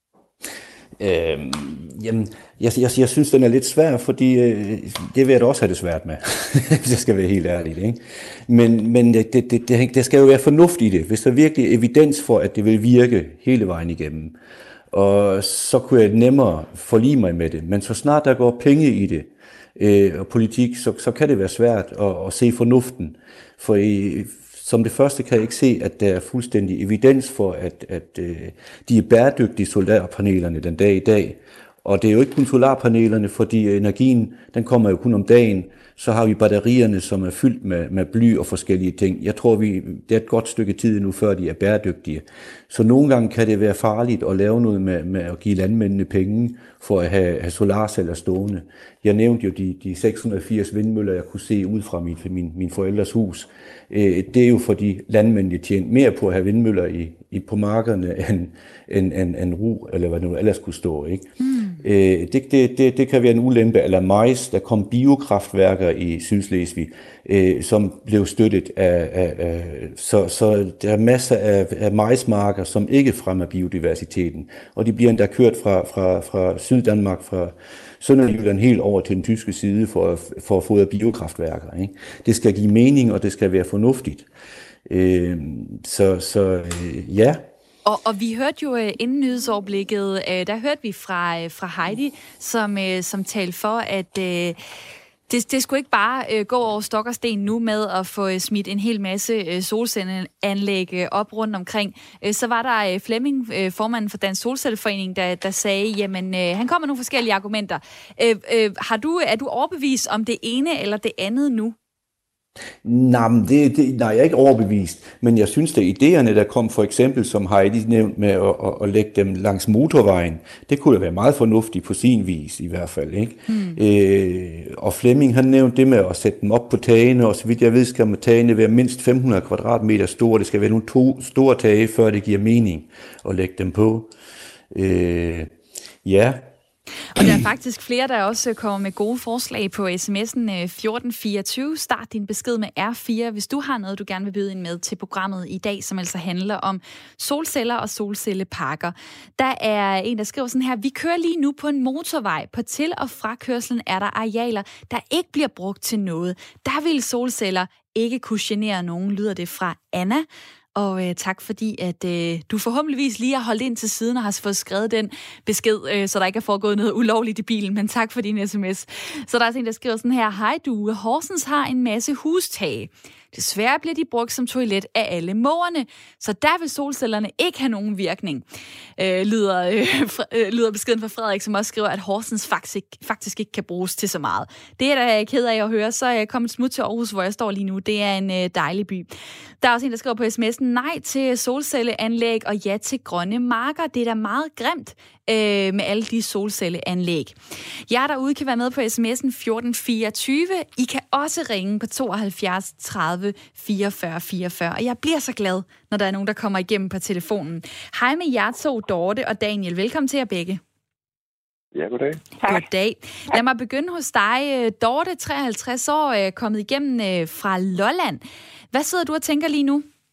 Øhm, jamen, jeg, jeg, jeg synes, den er lidt svær, fordi øh, det vil jeg da også have det svært med, hvis jeg skal være helt ærlig. Ikke? Men, men det, det, det, det skal jo være fornuft i det, hvis der virkelig er evidens for, at det vil virke hele vejen igennem. Og så kunne jeg nemmere forlige mig med det. Men så snart der går penge i det, øh, og politik, så, så kan det være svært at, at se fornuften. For i, som det første kan jeg ikke se, at der er fuldstændig evidens for, at, at øh, de er bæredygtige, solarpanelerne den dag i dag. Og det er jo ikke kun solarpanelerne, fordi energien, den kommer jo kun om dagen. Så har vi batterierne, som er fyldt med, med bly og forskellige ting. Jeg tror, vi, det er et godt stykke tid nu, før de er bæredygtige. Så nogle gange kan det være farligt at lave noget med, med at give landmændene penge for at have, have solarceller stående. Jeg nævnte jo de, de seks hundrede og firs vindmøller, jeg kunne se ud fra min, min, min forældres hus. Det er jo fordi landmændene tjente mere på at have vindmøller i, i, på markerne, end, end, end, end ru, eller hvad det nu ellers kunne stå. Ikke? Mm. Øh, det, det, det, det kan være en ulempe. Eller majs, der kom biokraftværker i Sydslesvig, øh, som blev støttet af, af, af så, så der er masser af, af majsmarker, som ikke fremmer biodiversiteten. Og de bliver endda kørt fra, fra, fra Syddanmark, fra Sønderjylland helt over til den tyske side for at, for at fodre biokraftværker. Ikke? Det skal give mening, og det skal være fornuftigt. Øh, så så øh, ja. Og, og vi hørte jo uh, inden nyhedsoverblikket, uh, der hørte vi fra, uh, fra Heidi, som, uh, som talte for, at uh, det, det skulle ikke bare uh, gå over stok og sten nu med at få uh, smidt en hel masse uh, solcelleanlæg uh, op rundt omkring. Uh, så var der uh, Flemming, uh, formanden for Dansk Solcelleforening, der, der sagde, jamen uh, han kommer med nogle forskellige argumenter. Uh, uh, har du, er du overbevist om det ene eller det andet nu? Nej, det, det, nej, jeg er ikke overbevist, men jeg synes, at idéerne, der kom for eksempel, som Heidi nævnt med at, at, at lægge dem langs motorvejen, det kunne da være meget fornuftigt på sin vis i hvert fald. Ikke? Mm. Øh, og Flemming, han nævnte det med at sætte dem op på tagene, og så vidt jeg ved, skal tagene være mindst fem hundrede kvadratmeter store. Det skal være nogle to store tage, før det giver mening at lægge dem på. Øh, ja. Og der er faktisk flere, der også kommer med gode forslag på sms'en fjorten fireogtyve. Start din besked med R fire, hvis du har noget, du gerne vil byde ind med til programmet i dag, som altså handler om solceller og solcelleparker. Der er en, der skriver sådan her: vi kører lige nu på en motorvej. På til- og frakørslen er der arealer, der ikke bliver brugt til noget. Der vil solceller ikke kunne genere nogen, lyder det fra Anna. Og øh, tak fordi, at øh, du forhåbentligvis lige har holdt ind til siden og har fået skrevet den besked, øh, så der ikke er foregået noget ulovligt i bilen. Men tak for din sms. Så der er en, der skriver sådan her: hej du, Horsens har en masse hustage. Desværre bliver de brugt som toilet af alle mågerne, så der vil solcellerne ikke have nogen virkning. Øh, lyder, øh, fra, øh, lyder beskeden fra Frederik, som også skriver, at Horsens faktisk, faktisk ikke kan bruges til så meget. Det er da ked af at høre. Så er jeg kommet smut til Aarhus, hvor jeg står lige nu. Det er en øh, dejlig by. Der er også en, der skriver på sms'en: nej til solcelleanlæg og ja til grønne marker. Det er da meget grimt øh, med alle de solcelleanlæg. Jeg derude kan være med på sms'en fjorten fireogtyve. I kan også ringe på tooghalvfjerds tredive fireogfyrre fireogfyrre. Og jeg bliver så glad, når der er nogen, der kommer igennem på telefonen. Hej med jer to, Dorte og Daniel. Velkommen til jer begge. Ja, goddag. Goddag. Lad mig begynde hos dig. Dorte, treoghalvtreds år, kommet igennem fra Lolland. Hvad sidder du og tænker lige nu?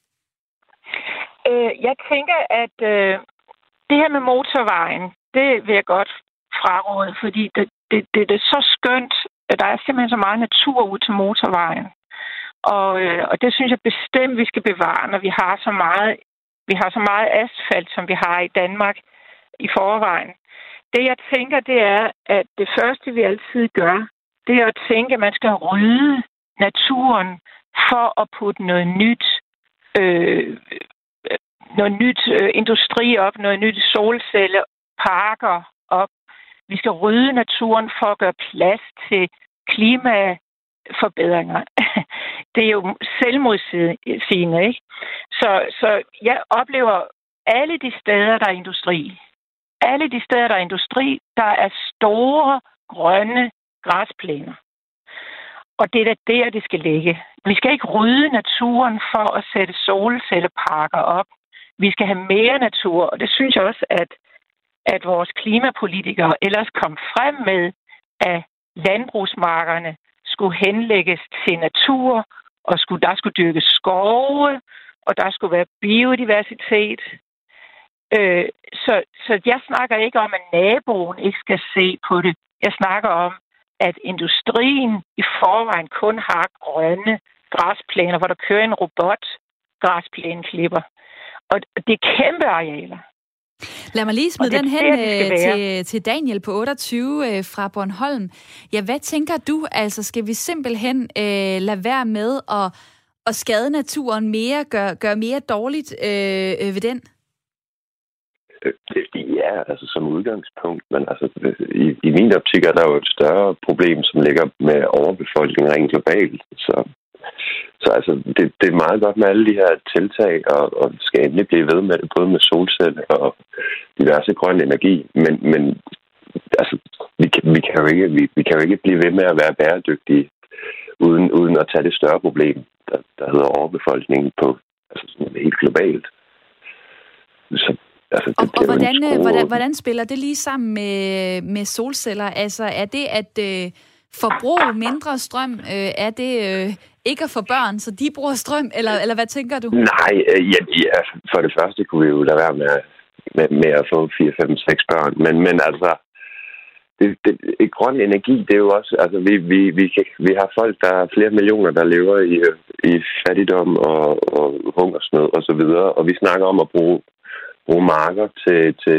Øh, jeg tænker, at øh, det her med motorvejen, det vil jeg godt fraråde, fordi det, det, det, det er så skønt, at der er simpelthen så meget natur ud til motorvejen. Og, øh, og det synes jeg bestemt, vi skal bevare, når vi har så meget, vi har så meget asfalt, som vi har i Danmark i forvejen. Det, jeg tænker, det er, at det første, vi altid gør, det er at tænke, at man skal rydde naturen for at putte noget nyt, øh, noget nyt øh, industri op, noget nyt solcelleparker op. Vi skal rydde naturen for at gøre plads til klimaforbedringer. Det er jo selvmodsigende, ikke? Så, så jeg oplever alle de steder, der er industri, alle de steder, der er industri, der er store, grønne græsplæner. Og det er da der, det skal ligge. Vi skal ikke rydde naturen for at sætte solcelleparker op. Vi skal have mere natur, og det synes jeg også, at, at vores klimapolitikere ellers kom frem med, at landbrugsmarkerne skulle henlægges til natur, og skulle, der skulle dyrkes skove, og der skulle være biodiversitet. Øh, så, så jeg snakker ikke om, at naboen ikke skal se på det. Jeg snakker om, at industrien i forvejen kun har grønne græsplæner, hvor der kører en robot græsplæneklipper. Og det er kæmpe arealer. Lad mig lige smide den hen der, til, til Daniel på otteogtyve øh, fra Bornholm. Ja, hvad tænker du? Altså, skal vi simpelthen øh, lade være med at, at skade naturen mere, gøre gør mere dårligt øh, øh, ved den? Ja, altså som udgangspunkt, men altså i, i min optik er der jo et større problem, som ligger med overbefolkning rent globalt. Så, så altså, det, det er meget godt med alle de her tiltag, og, og skal endelig blive ved med det, både med solceller og diverse grøn energi. Men, men altså, vi kan, vi, kan jo ikke, vi, vi kan jo ikke blive ved med at være bæredygtige, uden, uden at tage det større problem, der, der hedder overbefolkningen på, altså sådan helt globalt. Så Altså, det, og det og hvordan, stor... hvordan, hvordan spiller det lige sammen med, med solceller? Altså, er det at øh, forbruge mindre strøm? Øh, er det øh, ikke at få børn, så de bruger strøm? Eller, eller hvad tænker du? Nej, ja, ja, for det første kunne vi jo lade være med, med, med at få fire, fem, seks børn. Men, men altså, det, det, grøn energi, det er jo også... Altså, vi, vi, vi, kan, vi har folk, der er flere millioner, der lever i, i fattigdom og, og hungersnød og så videre. Og vi snakker om at bruge bruge marker til, til,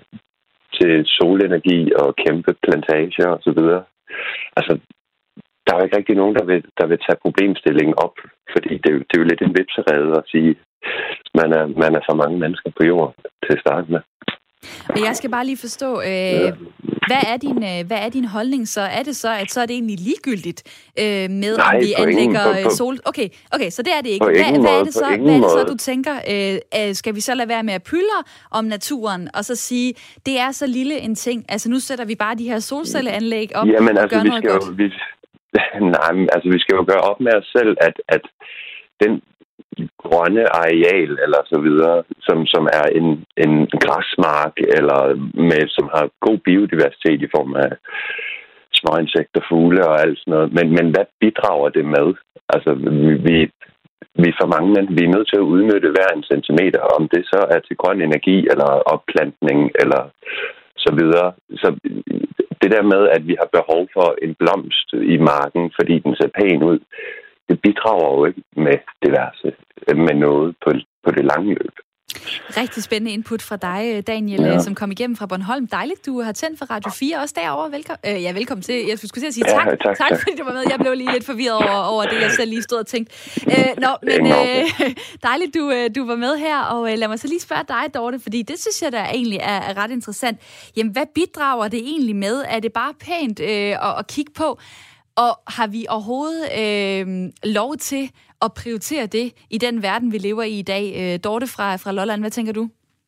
til solenergi og kæmpe plantager og så videre. Altså, der er jo ikke rigtig nogen, der vil, der vil tage problemstillingen op, fordi det, det er jo lidt en vipserede at sige, man er, man er for mange mennesker på jorden til at starte med. Men jeg skal bare lige forstå, øh, ja. hvad, er din, øh, hvad er din holdning så? Er det så, at så er det egentlig ligegyldigt øh, med, Nej, om vi anlægger ingen, på, på, sol... Okay, okay, så det er det ikke. Hvad, hvad er det så, hvad er det så du tænker? Øh, skal vi så lade være med at pylre om naturen, og så sige, det er så lille en ting. Altså nu sætter vi bare de her solcelleanlæg op Jamen, og altså, gør vi noget skal godt. Jo, vi, nej, altså vi skal jo gøre op med os selv, at, at den grønne areal eller så videre, som, som er en, en græsmark, eller med, som har god biodiversitet i form af småinsekter, fugle og alt sådan noget. Men, men hvad bidrager det med? Altså, vi, vi er for mange, men vi er nødt til at udnytte hver en centimeter, om det så er til grøn energi, eller opplantning, eller så videre. Så det der med, at vi har behov for en blomst i marken, fordi den ser pæn ud, det bidrager jo ikke med diverse, med noget på, på det lange løb. Rigtig spændende input fra dig, Daniel, ja. som kom igennem fra Bornholm. Dejligt, du har tændt for Radio fire også derovre. Velkommen. Øh, ja, velkommen til. Jeg skulle til at sige tak. Ja, tak, tak, tak, fordi du var med. Jeg blev lige lidt forvirret over, over det, jeg selv lige stod og tænkte. Øh, nå, men øh, dejligt, du, du var med her. Og øh, lad mig så lige spørge dig, Dorte, fordi det synes jeg, der egentlig er, er ret interessant. Jamen, hvad bidrager det egentlig med? Er det bare pænt øh, at, at kigge på? Og har vi overhovedet øh, lov til at prioritere det i den verden, vi lever i i dag? Øh, Dorte fra, fra Lolland, hvad tænker du?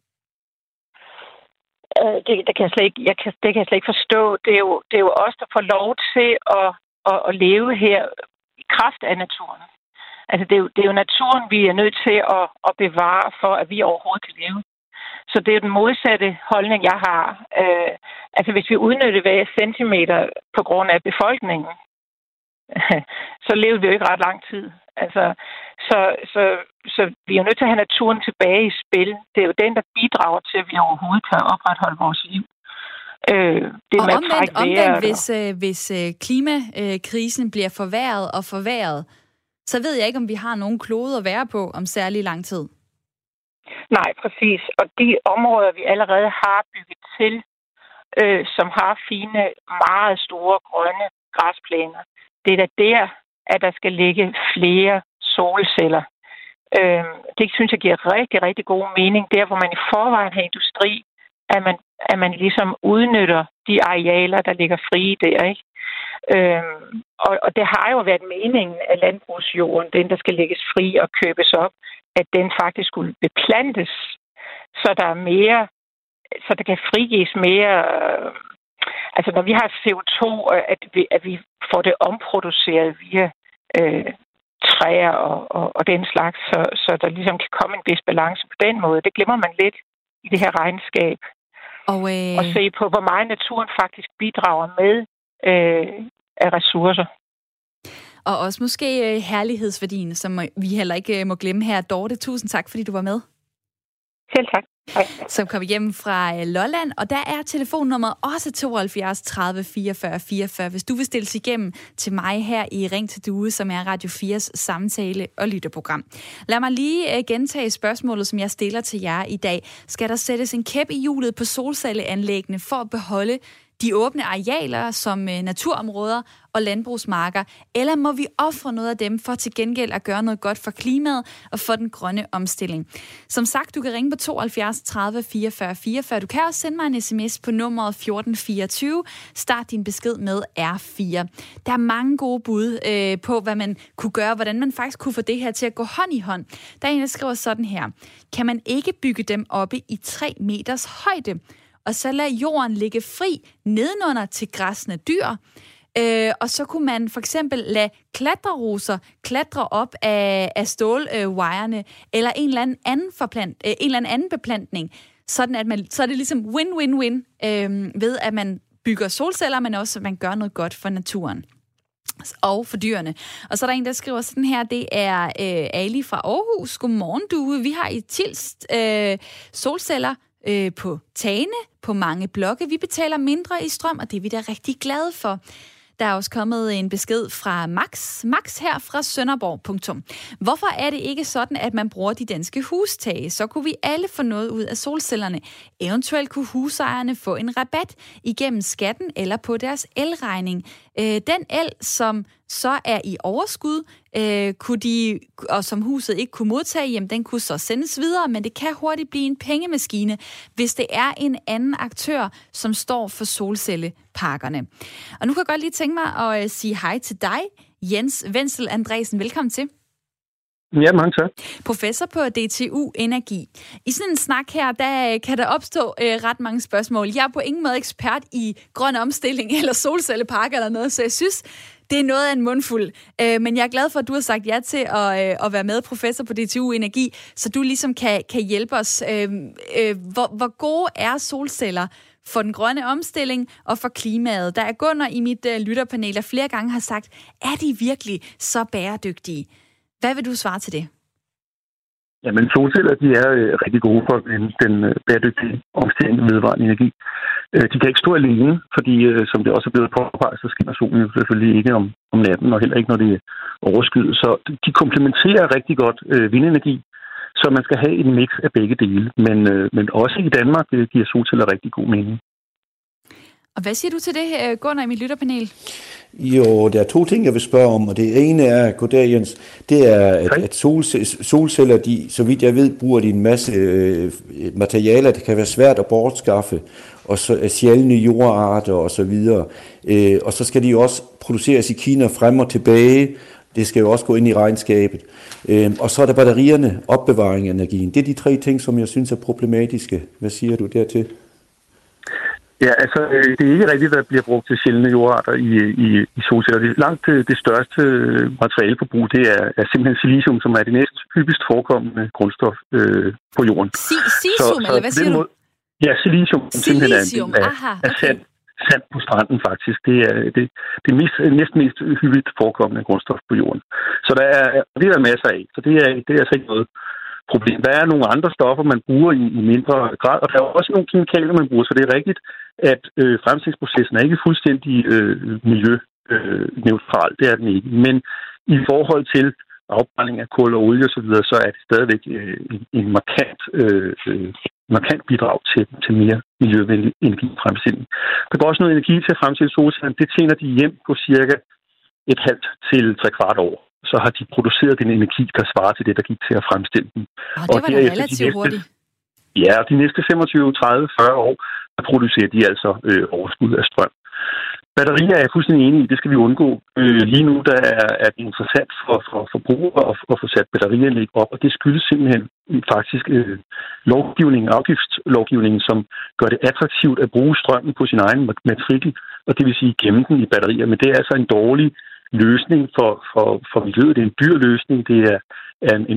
Uh, det, det, kan jeg slet ikke, jeg kan, det kan jeg slet ikke forstå. Det er jo, det er jo os, der får lov til at, at, at leve her i kraft af naturen. Altså, det er, jo, det er jo naturen, vi er nødt til at, at bevare for, at vi overhovedet kan leve. Så det er jo den modsatte holdning, jeg har. Uh, altså, hvis vi udnytter hver centimeter på grund af befolkningen, så levede vi jo ikke ret lang tid. Altså, så, så, så vi er jo nødt til at have naturen tilbage i spil. Det er jo den, der bidrager til, at vi overhovedet kan opretholde vores liv. Øh, det og omvendt, omvendt hvis, øh, hvis øh, klimakrisen øh, bliver forværret og forværret, så ved jeg ikke, om vi har nogen klode at være på om særlig lang tid. Nej, præcis. Og de områder, vi allerede har bygget til, øh, som har fine, meget store grønne græsplæner, det er da der, at der skal ligge flere solceller. Øh, det synes jeg giver rigtig, rigtig god mening. Der, hvor man i forvejen har industri, at man, at man ligesom udnytter de arealer, der ligger frie der, ikke? Øh, og, og det har jo været meningen, at landbrugsjorden, den der skal lægges fri og købes op, at den faktisk skulle beplantes, så der er mere, så der kan frigives mere... Øh, Altså, når vi har C O to, at vi, at vi får det omproduceret via øh, træer og, og, og den slags, så, så der ligesom kan komme en vis balance på den måde. Det glemmer man lidt i det her regnskab. Og, øh... og se på, hvor meget naturen faktisk bidrager med øh, af ressourcer. Og også måske øh, herlighedsværdien, som vi heller ikke øh, må glemme her. Dorte, tusind tak, fordi du var med. Selv tak. Hej. Som kom igennem fra Lolland, og der er telefonnummeret også tooghalvfjerds tredive fireogfyrre fireogfyrre, hvis du vil stilles igennem til mig her i Ring til Due, som er Radio fires samtale- og lytterprogram. Lad mig lige gentage spørgsmålet, som jeg stiller til jer i dag. Skal der sættes en kæp i hjulet på solcelleanlæggene for at beholde de åbne arealer som naturområder og landbrugsmarker, eller må vi ofre noget af dem for til gengæld at gøre noget godt for klimaet og for den grønne omstilling? Som sagt, du kan ringe på tooghalvfjerds tredive fireogfyrre fireogfyrre. Du kan også sende mig en sms på nummeret fjorten fireogtyve. Start din besked med R fire. Der er mange gode bud øh, på, hvad man kunne gøre, hvordan man faktisk kunne få det her til at gå hånd i hånd. Der er en, der skriver sådan her. Kan man ikke bygge dem oppe i tre meters højde? Og så lade jorden ligge fri nedenunder til græssende dyr. Øh, og så kunne man for eksempel lade klatreroser klatre op af, af stålwirene, øh, eller en eller anden anden, forplant, øh, en eller anden, anden beplantning, sådan at man, så er det ligesom win-win-win øh, ved, at man bygger solceller, men også, at man gør noget godt for naturen og for dyrene. Og så er der en, der skriver sådan her, det er øh, Ali fra Aarhus. Godmorgen, Due. Vi har i Tilst øh, solceller øh, på tagene, på mange blokke. Vi betaler mindre i strøm, og det er vi da rigtig glade for. Der er også kommet en besked fra Max. Max her fra Sønderborg. Punktum. Hvorfor er det ikke sådan, at man bruger de danske hustage? Så kunne vi alle få noget ud af solcellerne. Eventuelt kunne husejerne få en rabat igennem skatten eller på deres elregning. Øh, den el, som så er i overskud, øh, kunne de, og som huset ikke kunne modtage, jamen den kunne så sendes videre, men det kan hurtigt blive en pengemaskine, hvis det er en anden aktør, som står for solcelleparkerne. Og nu kan jeg godt lige tænke mig at uh, sige hej til dig, Jens Wenzel Andresen. Velkommen til. Ja, mange tak. Professor på D T U Energi. I sådan en snak her, der kan der opstå øh, ret mange spørgsmål. Jeg er på ingen måde ekspert i grøn omstilling eller solcelleparker eller noget, så jeg synes, det er noget af en mundfuld. Øh, men jeg er glad for, at du har sagt ja til at, øh, at være med, professor på D T U Energi, så du ligesom kan, kan hjælpe os. Øh, øh, hvor, hvor gode er solceller for den grønne omstilling og for klimaet? Der er Gunnar i mit øh, lytterpanel, der flere gange har sagt, er de virkelig så bæredygtige? Hvad vil du svare til det? Jamen, solceller, de er øh, rigtig gode for den, den øh, bæredygtige omstilling med vedvarende energi. Øh, de kan ikke stå alene, fordi øh, som det også er blevet påpeget, så skinner solen jo selvfølgelig ikke om, om natten, og heller ikke, når det er overskyet. Så de komplementerer rigtig godt øh, vindenergi, så man skal have en mix af begge dele. Men, øh, men også i Danmark øh, giver solceller rigtig god mening. Og hvad siger du til det, Gunnar, i mit lytterpanel? Jo, der er to ting, jeg vil spørge om, og det ene er, goddag Jens, det er, at, at solceller, de, så vidt jeg ved, bruger de en masse øh, materialer, det kan være svært at bortskaffe, og så sjældne jordarter og så videre. Øh, og så skal de jo også produceres i Kina frem og tilbage. Det skal jo også gå ind i regnskabet. Øh, og så er der batterierne, opbevaring af energien. Det er de tre ting, som jeg synes er problematiske. Hvad siger du dertil? Ja, altså, det er ikke rigtigt, at der bliver brugt til sjældne jordarter i, i, i solceller. Det, langt det, det største materialeforbrug, det er, er simpelthen silicium, som er det næst hyppigst forekommende grundstof øh, på jorden. Silicium, eller hvad siger du? Måde, ja, silicium. Silicium, er, aha. Er sand, sand på stranden, faktisk. Det er det, det mest, næsten mest hyppigt forekommende grundstof på jorden. Så der er, det er der masser af, så det er, det er altså ikke noget problem. Der er nogle andre stoffer, man bruger i, i mindre grad, og der er også nogle kemikalier, man bruger, så det er rigtigt, at øh, fremstillingsprocessen er ikke fuldstændig øh, miljøneutral. Øh, det er den ikke. Men i forhold til afbrænding af kul og olie osv., så, så er det stadigvæk øh, en, en markant, øh, markant bidrag til, til mere miljøvenlig energifremstilling. Der går også noget energi til at fremstille solceller. Det tjener de hjem på cirka et halvt til tre kvart år. Så har de produceret den energi, der svarer til det, der gik til at fremstille den. Og det var da relativt hurtigt. Ja, og de næste femogtyve, tredive, fyrre år, der producerer de altså øh, overskud af strøm. Batterier er jeg fuldstændig enig i, det skal vi undgå. Øh, lige nu der er, er det interessant for, for forbrugere at, at få sat batterierne op, og det skyldes simpelthen faktisk øh, lovgivningen, afgiftslovgivningen, som gør det attraktivt at bruge strømmen på sin egen matrikel, og det vil sige gemme den i batterier. Men det er altså en dårlig løsning for, for, for miljøet. Det er en dyr løsning. Det er, er en, en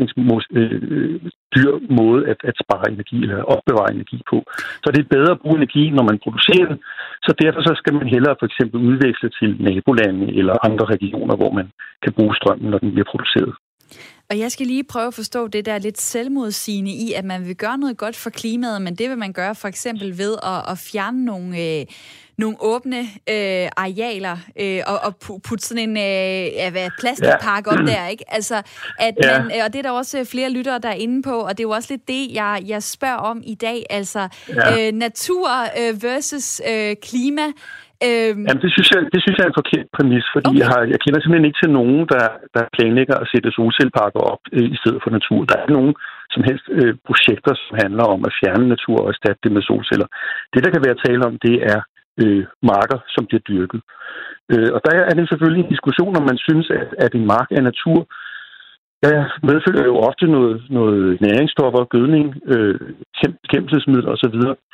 omkostningsdyr øh, måde at, at spare energi eller opbevare energi på. Så det er bedre at bruge energi, når man producerer den. Så derfor så skal man hellere for eksempel udveksle til nabolande eller andre regioner, hvor man kan bruge strømmen, når den bliver produceret. Og jeg skal lige prøve at forstå det der lidt selvmodsigende i, at man vil gøre noget godt for klimaet, men det vil man gøre for eksempel ved at, at fjerne nogle, øh, nogle åbne øh, arealer øh, og, og putte sådan en øh, hvad, plastikpark ja. op der, ikke? Altså, at ja. man, og det er der også flere lyttere, der er inde på, og det er jo også lidt det, jeg, jeg spørger om i dag. Altså, ja. øh, natur øh, versus øh, klima. Øhm... Jamen, det synes, jeg, det synes jeg er en forkert præmis, fordi okay. jeg, har, jeg kender simpelthen ikke til nogen, der, der planlægger at sætte solcelleparker op øh, i stedet for natur. Der er ikke nogen som helst øh, projekter, som handler om at fjerne natur og erstatte det med solceller. Det, der kan være tale om, det er øh, marker, som bliver dyrket. Øh, og der er det selvfølgelig en diskussion, om man synes, at, at en mark er natur. Ja, medfølger jo ofte noget, noget næringsstoffer, gødning, øh, bekæmpelsesmidler osv.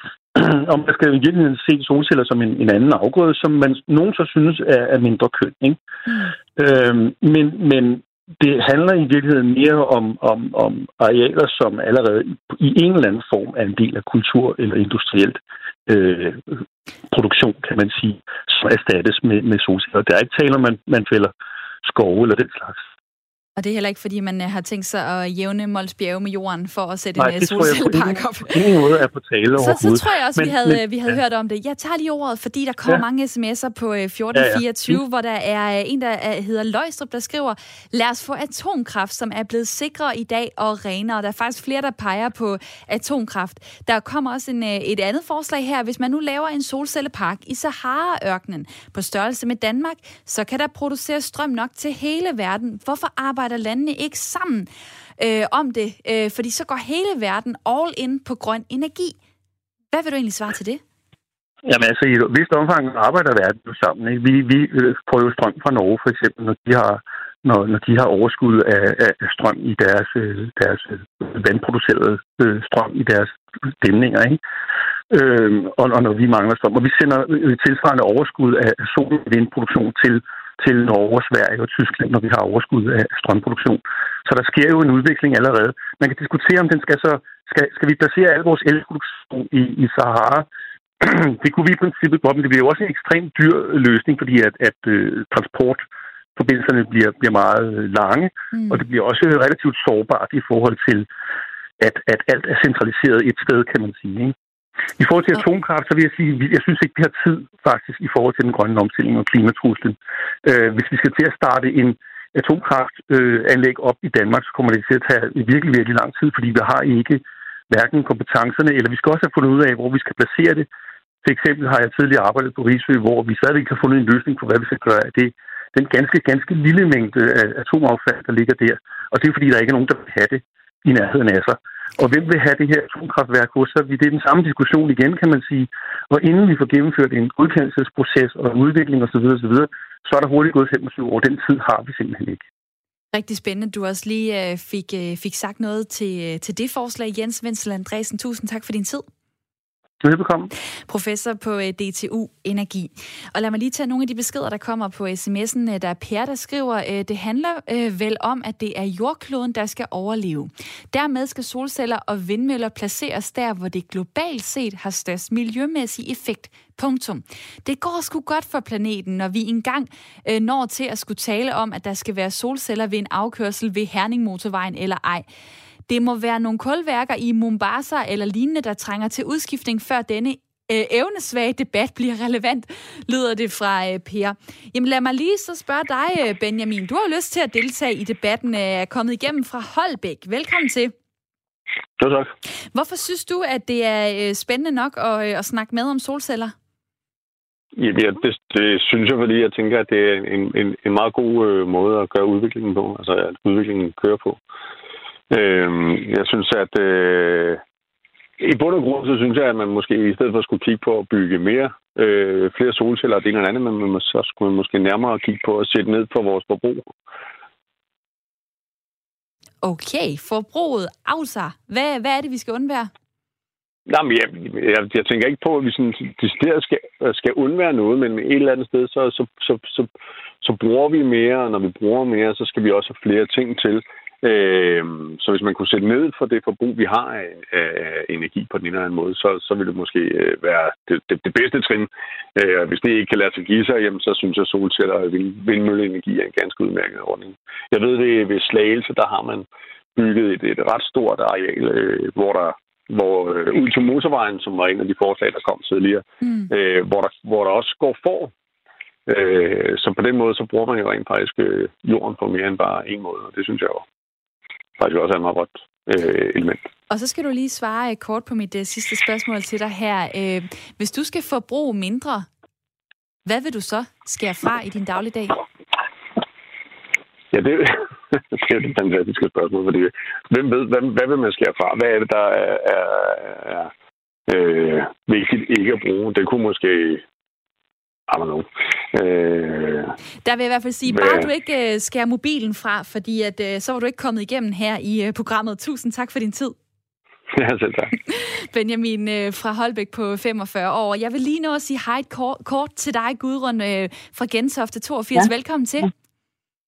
Og man skal jo i virkeligheden se solceller som en, en anden afgrøde, som man nogen så synes er, er mindre køn. Ikke? Mm. Øhm, men, men det handler i virkeligheden mere om, om, om arealer, som allerede i en eller anden form er en del af kultur eller industrielt øh, produktion, kan man sige, som erstattes med, med solceller. Der er ikke tale om, man, man fælder skove eller den slags. Og det er heller ikke, fordi man har tænkt sig at jævne Mols Bjerge med jorden for at sætte Nej, en solcellepark op. Nej, ingen måde er på tale så, så tror jeg også, men, vi havde, men, vi havde ja. hørt om det. Jeg tager lige ordet, fordi der kommer ja. mange sms'er på fjorten fireogtyve, ja, ja. hvor der er en, der hedder Løjstrup, der skriver, lad os få atomkraft, som er blevet sikrere i dag og renere. Der er faktisk flere, der peger på atomkraft. Der kommer også en, et andet forslag her. Hvis man nu laver en solcellepark i Sahara-ørkenen på størrelse med Danmark, så kan der produceres strøm nok til hele verden. Hvorfor arbejder landene ikke sammen øh, om det? Øh, fordi så går hele verden all in på grøn energi. Hvad vil du egentlig svare til det? Jamen altså, i et vist omfang arbejder verden jo sammen. Ikke? Vi, vi prøver strøm fra Norge, for eksempel, når de har, når, når de har overskud af, af strøm i deres, deres vandproducerede strøm i deres dæmninger. Ikke? Øhm, og, og når vi mangler strøm. Og vi sender tilsvarende overskud af sol- og vindproduktion til til Norge, Sverige og Tyskland, når vi har overskud af strømproduktion. Så der sker jo en udvikling allerede. Man kan diskutere, om den skal så skal, skal vi placere al vores elproduktion i, i Sahara. Det kunne vi i princippet godt, men det bliver jo også en ekstremt dyr løsning, fordi at, at uh, transportforbindelserne bliver, bliver meget lange, mm. og det bliver også relativt sårbart i forhold til, at, at alt er centraliseret et sted, kan man sige, ikke? I forhold til atomkraft, så vil jeg sige, at jeg synes ikke, vi har tid faktisk i forhold til den grønne omstilling og klimatruslen. Øh, hvis vi skal til at starte en atomkraftanlæg øh, op i Danmark, så kommer det til at tage virkelig, virkelig lang tid, fordi vi har ikke hverken kompetencerne, eller vi skal også have fundet ud af, hvor vi skal placere det. For eksempel har jeg tidligere arbejdet på Risø, hvor vi stadig ikke har fundet en løsning på, hvad vi skal gøre af det. Den ganske, ganske lille mængde af atomaffald, der ligger der. Og det er fordi, der ikke er nogen, der vil have det i nærheden af sig. Og hvem vil have det her atomkraftværk hos sig? Det er den samme diskussion igen, kan man sige. Og inden vi får gennemført en godkendelsesproces og udvikling osv., osv., så er der hurtigt gået femogtyve år. Den tid har vi simpelthen ikke. Rigtig spændende. Du også lige øh, fik, øh, fik sagt noget til, til det forslag. Jens Wenzel Andresen, tusind tak for din tid. Velbekomme. Professor på D T U Energi. Og lad mig lige tage nogle af de beskeder, der kommer på sms'en. Der er Per, der skriver, det handler øh, vel om, at det er jordkloden, der skal overleve. Dermed skal solceller og vindmøller placeres der, hvor det globalt set har størst miljømæssig effekt. Punktum. Det går sgu godt for planeten, når vi engang øh, når til at skulle tale om, at der skal være solceller ved en afkørsel ved Herning-motorvejen eller ej. Det må være nogle kulværker i Mombasa eller lignende, der trænger til udskiftning, før denne øh, evnesvage debat bliver relevant, lyder det fra øh, Per. Jamen lad mig lige så spørge dig, Benjamin. Du har jo lyst til at deltage i debatten, er øh, kommet igennem fra Holbæk. Velkommen til. Ja, tak. Hvorfor synes du, at det er øh, spændende nok at, øh, at snakke med om solceller? Ja, det, det synes jeg, fordi jeg tænker, at det er en, en, en meget god øh, måde at gøre udviklingen på, altså at udviklingen kører på. Jeg synes, at øh, i bund og grund, så synes jeg, at man måske i stedet for skulle kigge på at bygge mere, øh, flere solceller og det ene eller andet, men man, så skulle man måske nærmere kigge på at sætte ned på vores forbrug. Okay, forbruget. Ausa, hvad, hvad er det, vi skal undvære? Jamen, jeg, jeg, jeg tænker ikke på, at vi sådan, skal, skal undvære noget, men et eller andet sted, så, så, så, så, så bruger vi mere, og når vi bruger mere, så skal vi også have flere ting til. Så hvis man kunne sætte ned for det forbrug, vi har af, af energi på den ene eller anden måde, så, så vil det måske være det, det, det bedste trin. Hvis det ikke kan lade sig give sig, jamen, så synes jeg, at solceller og vindmølleenergi er en ganske udmærket ordning. Jeg ved, ved, ved Slagelse, der har man bygget et, et ret stort areal, hvor der hvor ud til motorvejen, som var en af de forslag, der kom tidligere, mm. hvor, der, hvor der også går for. Så på den måde, så bruger man jo rent faktisk jorden på mere end bare en måde, og det synes jeg jo faktisk også er et meget godt øh, element. Og så skal du lige svare kort på mit uh, sidste spørgsmål til dig her. Øh, hvis du skal forbruge mindre, hvad vil du så skære fra i din dagligdag? Ja, det, det er et fantastisk spørgsmål, fordi hvem ved, hvad, hvad vil man skære fra? Hvad er det, der er, er, er øh, vigtigt ikke at bruge? Det kunne måske Øh, der vil jeg i hvert fald sige, bare du ikke uh, skærer mobilen fra, fordi at, uh, så var du ikke kommet igennem her i uh, programmet. Tusind tak for din tid. Ja, selv tak. Benjamin uh, fra Holbæk på femogfyrre år. Jeg vil lige nå at sige hej kort, kort til dig, Gudrun uh, fra Gentofte toogfirs. Ja. Velkommen til.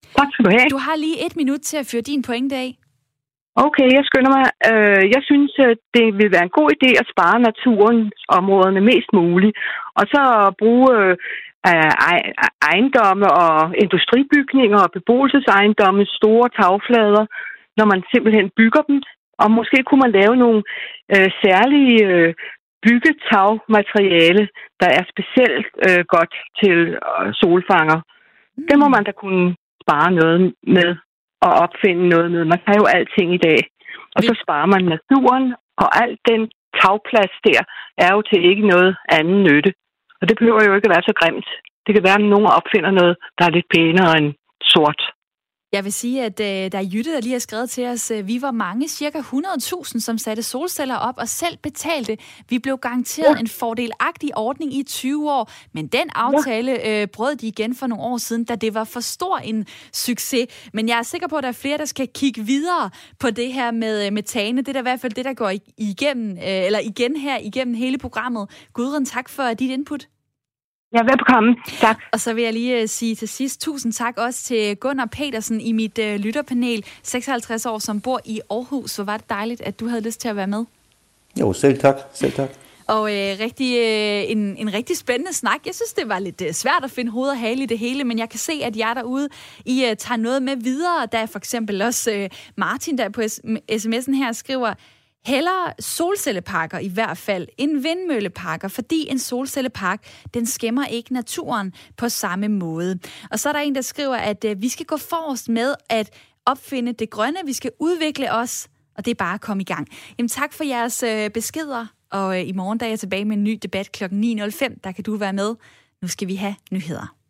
Tak skal du have. Du har lige et minut til at føre din pointe af. Okay, jeg skynder mig. Øh, jeg synes, det vil være en god idé at spare naturområderne mest muligt, og så bruge øh, ejendomme og industribygninger og beboelsesejendomme, store tagflader, når man simpelthen bygger dem. Og måske kunne man lave nogle øh, særlige øh, byggetagmateriale, der er specielt øh, godt til øh, solfanger. Mm. Det må man da kunne spare noget med og opfinde noget med. Man kan jo alting i dag. Og så sparer man naturen, og alt den tagplads der er jo til ikke noget anden nytte. Og det behøver jo ikke at være så grimt. Det kan være, at nogen opfinder noget, der er lidt pænere end sort. Jeg vil sige, at øh, der er Jytte, der lige har skrevet til os, øh, vi var mange, cirka hundrede tusind, som satte solceller op og selv betalte. Vi blev garanteret ja. en fordelagtig ordning i tyve år, men den aftale ja. øh, brød de igen for nogle år siden, da det var for stor en succes. Men jeg er sikker på, at der er flere, der skal kigge videre på det her med, med tagene. Det er da i hvert fald det, der går igennem, øh, eller igen her igennem hele programmet. Gudrun, tak for dit input. Ja, velbekomme. Tak. Og så vil jeg lige uh, sige til sidst tusind tak også til Gunnar Petersen i mit uh, lytterpanel, seksoghalvtreds år, som bor i Aarhus. Hvor var det dejligt, at du havde lyst til at være med. Jo, selv tak. Selv tak. Og øh, rigtig, øh, en, en rigtig spændende snak. Jeg synes, det var lidt øh, svært at finde hoved og hale i det hele, men jeg kan se, at jer derude, I øh, tager noget med videre. Der er for eksempel også øh, Martin, der på sms'en her skriver, hellere solcelleparker i hvert fald end vindmølleparker, fordi en solcellepark, den skæmmer ikke naturen på samme måde. Og så er der en, der skriver, at øh, vi skal gå forrest med at opfinde det grønne, vi skal udvikle os, og det er bare at komme i gang. Jamen tak for jeres øh, beskeder, og øh, i morgen der er jeg tilbage med en ny debat klokken ni nul fem, der kan du være med. Nu skal vi have nyheder.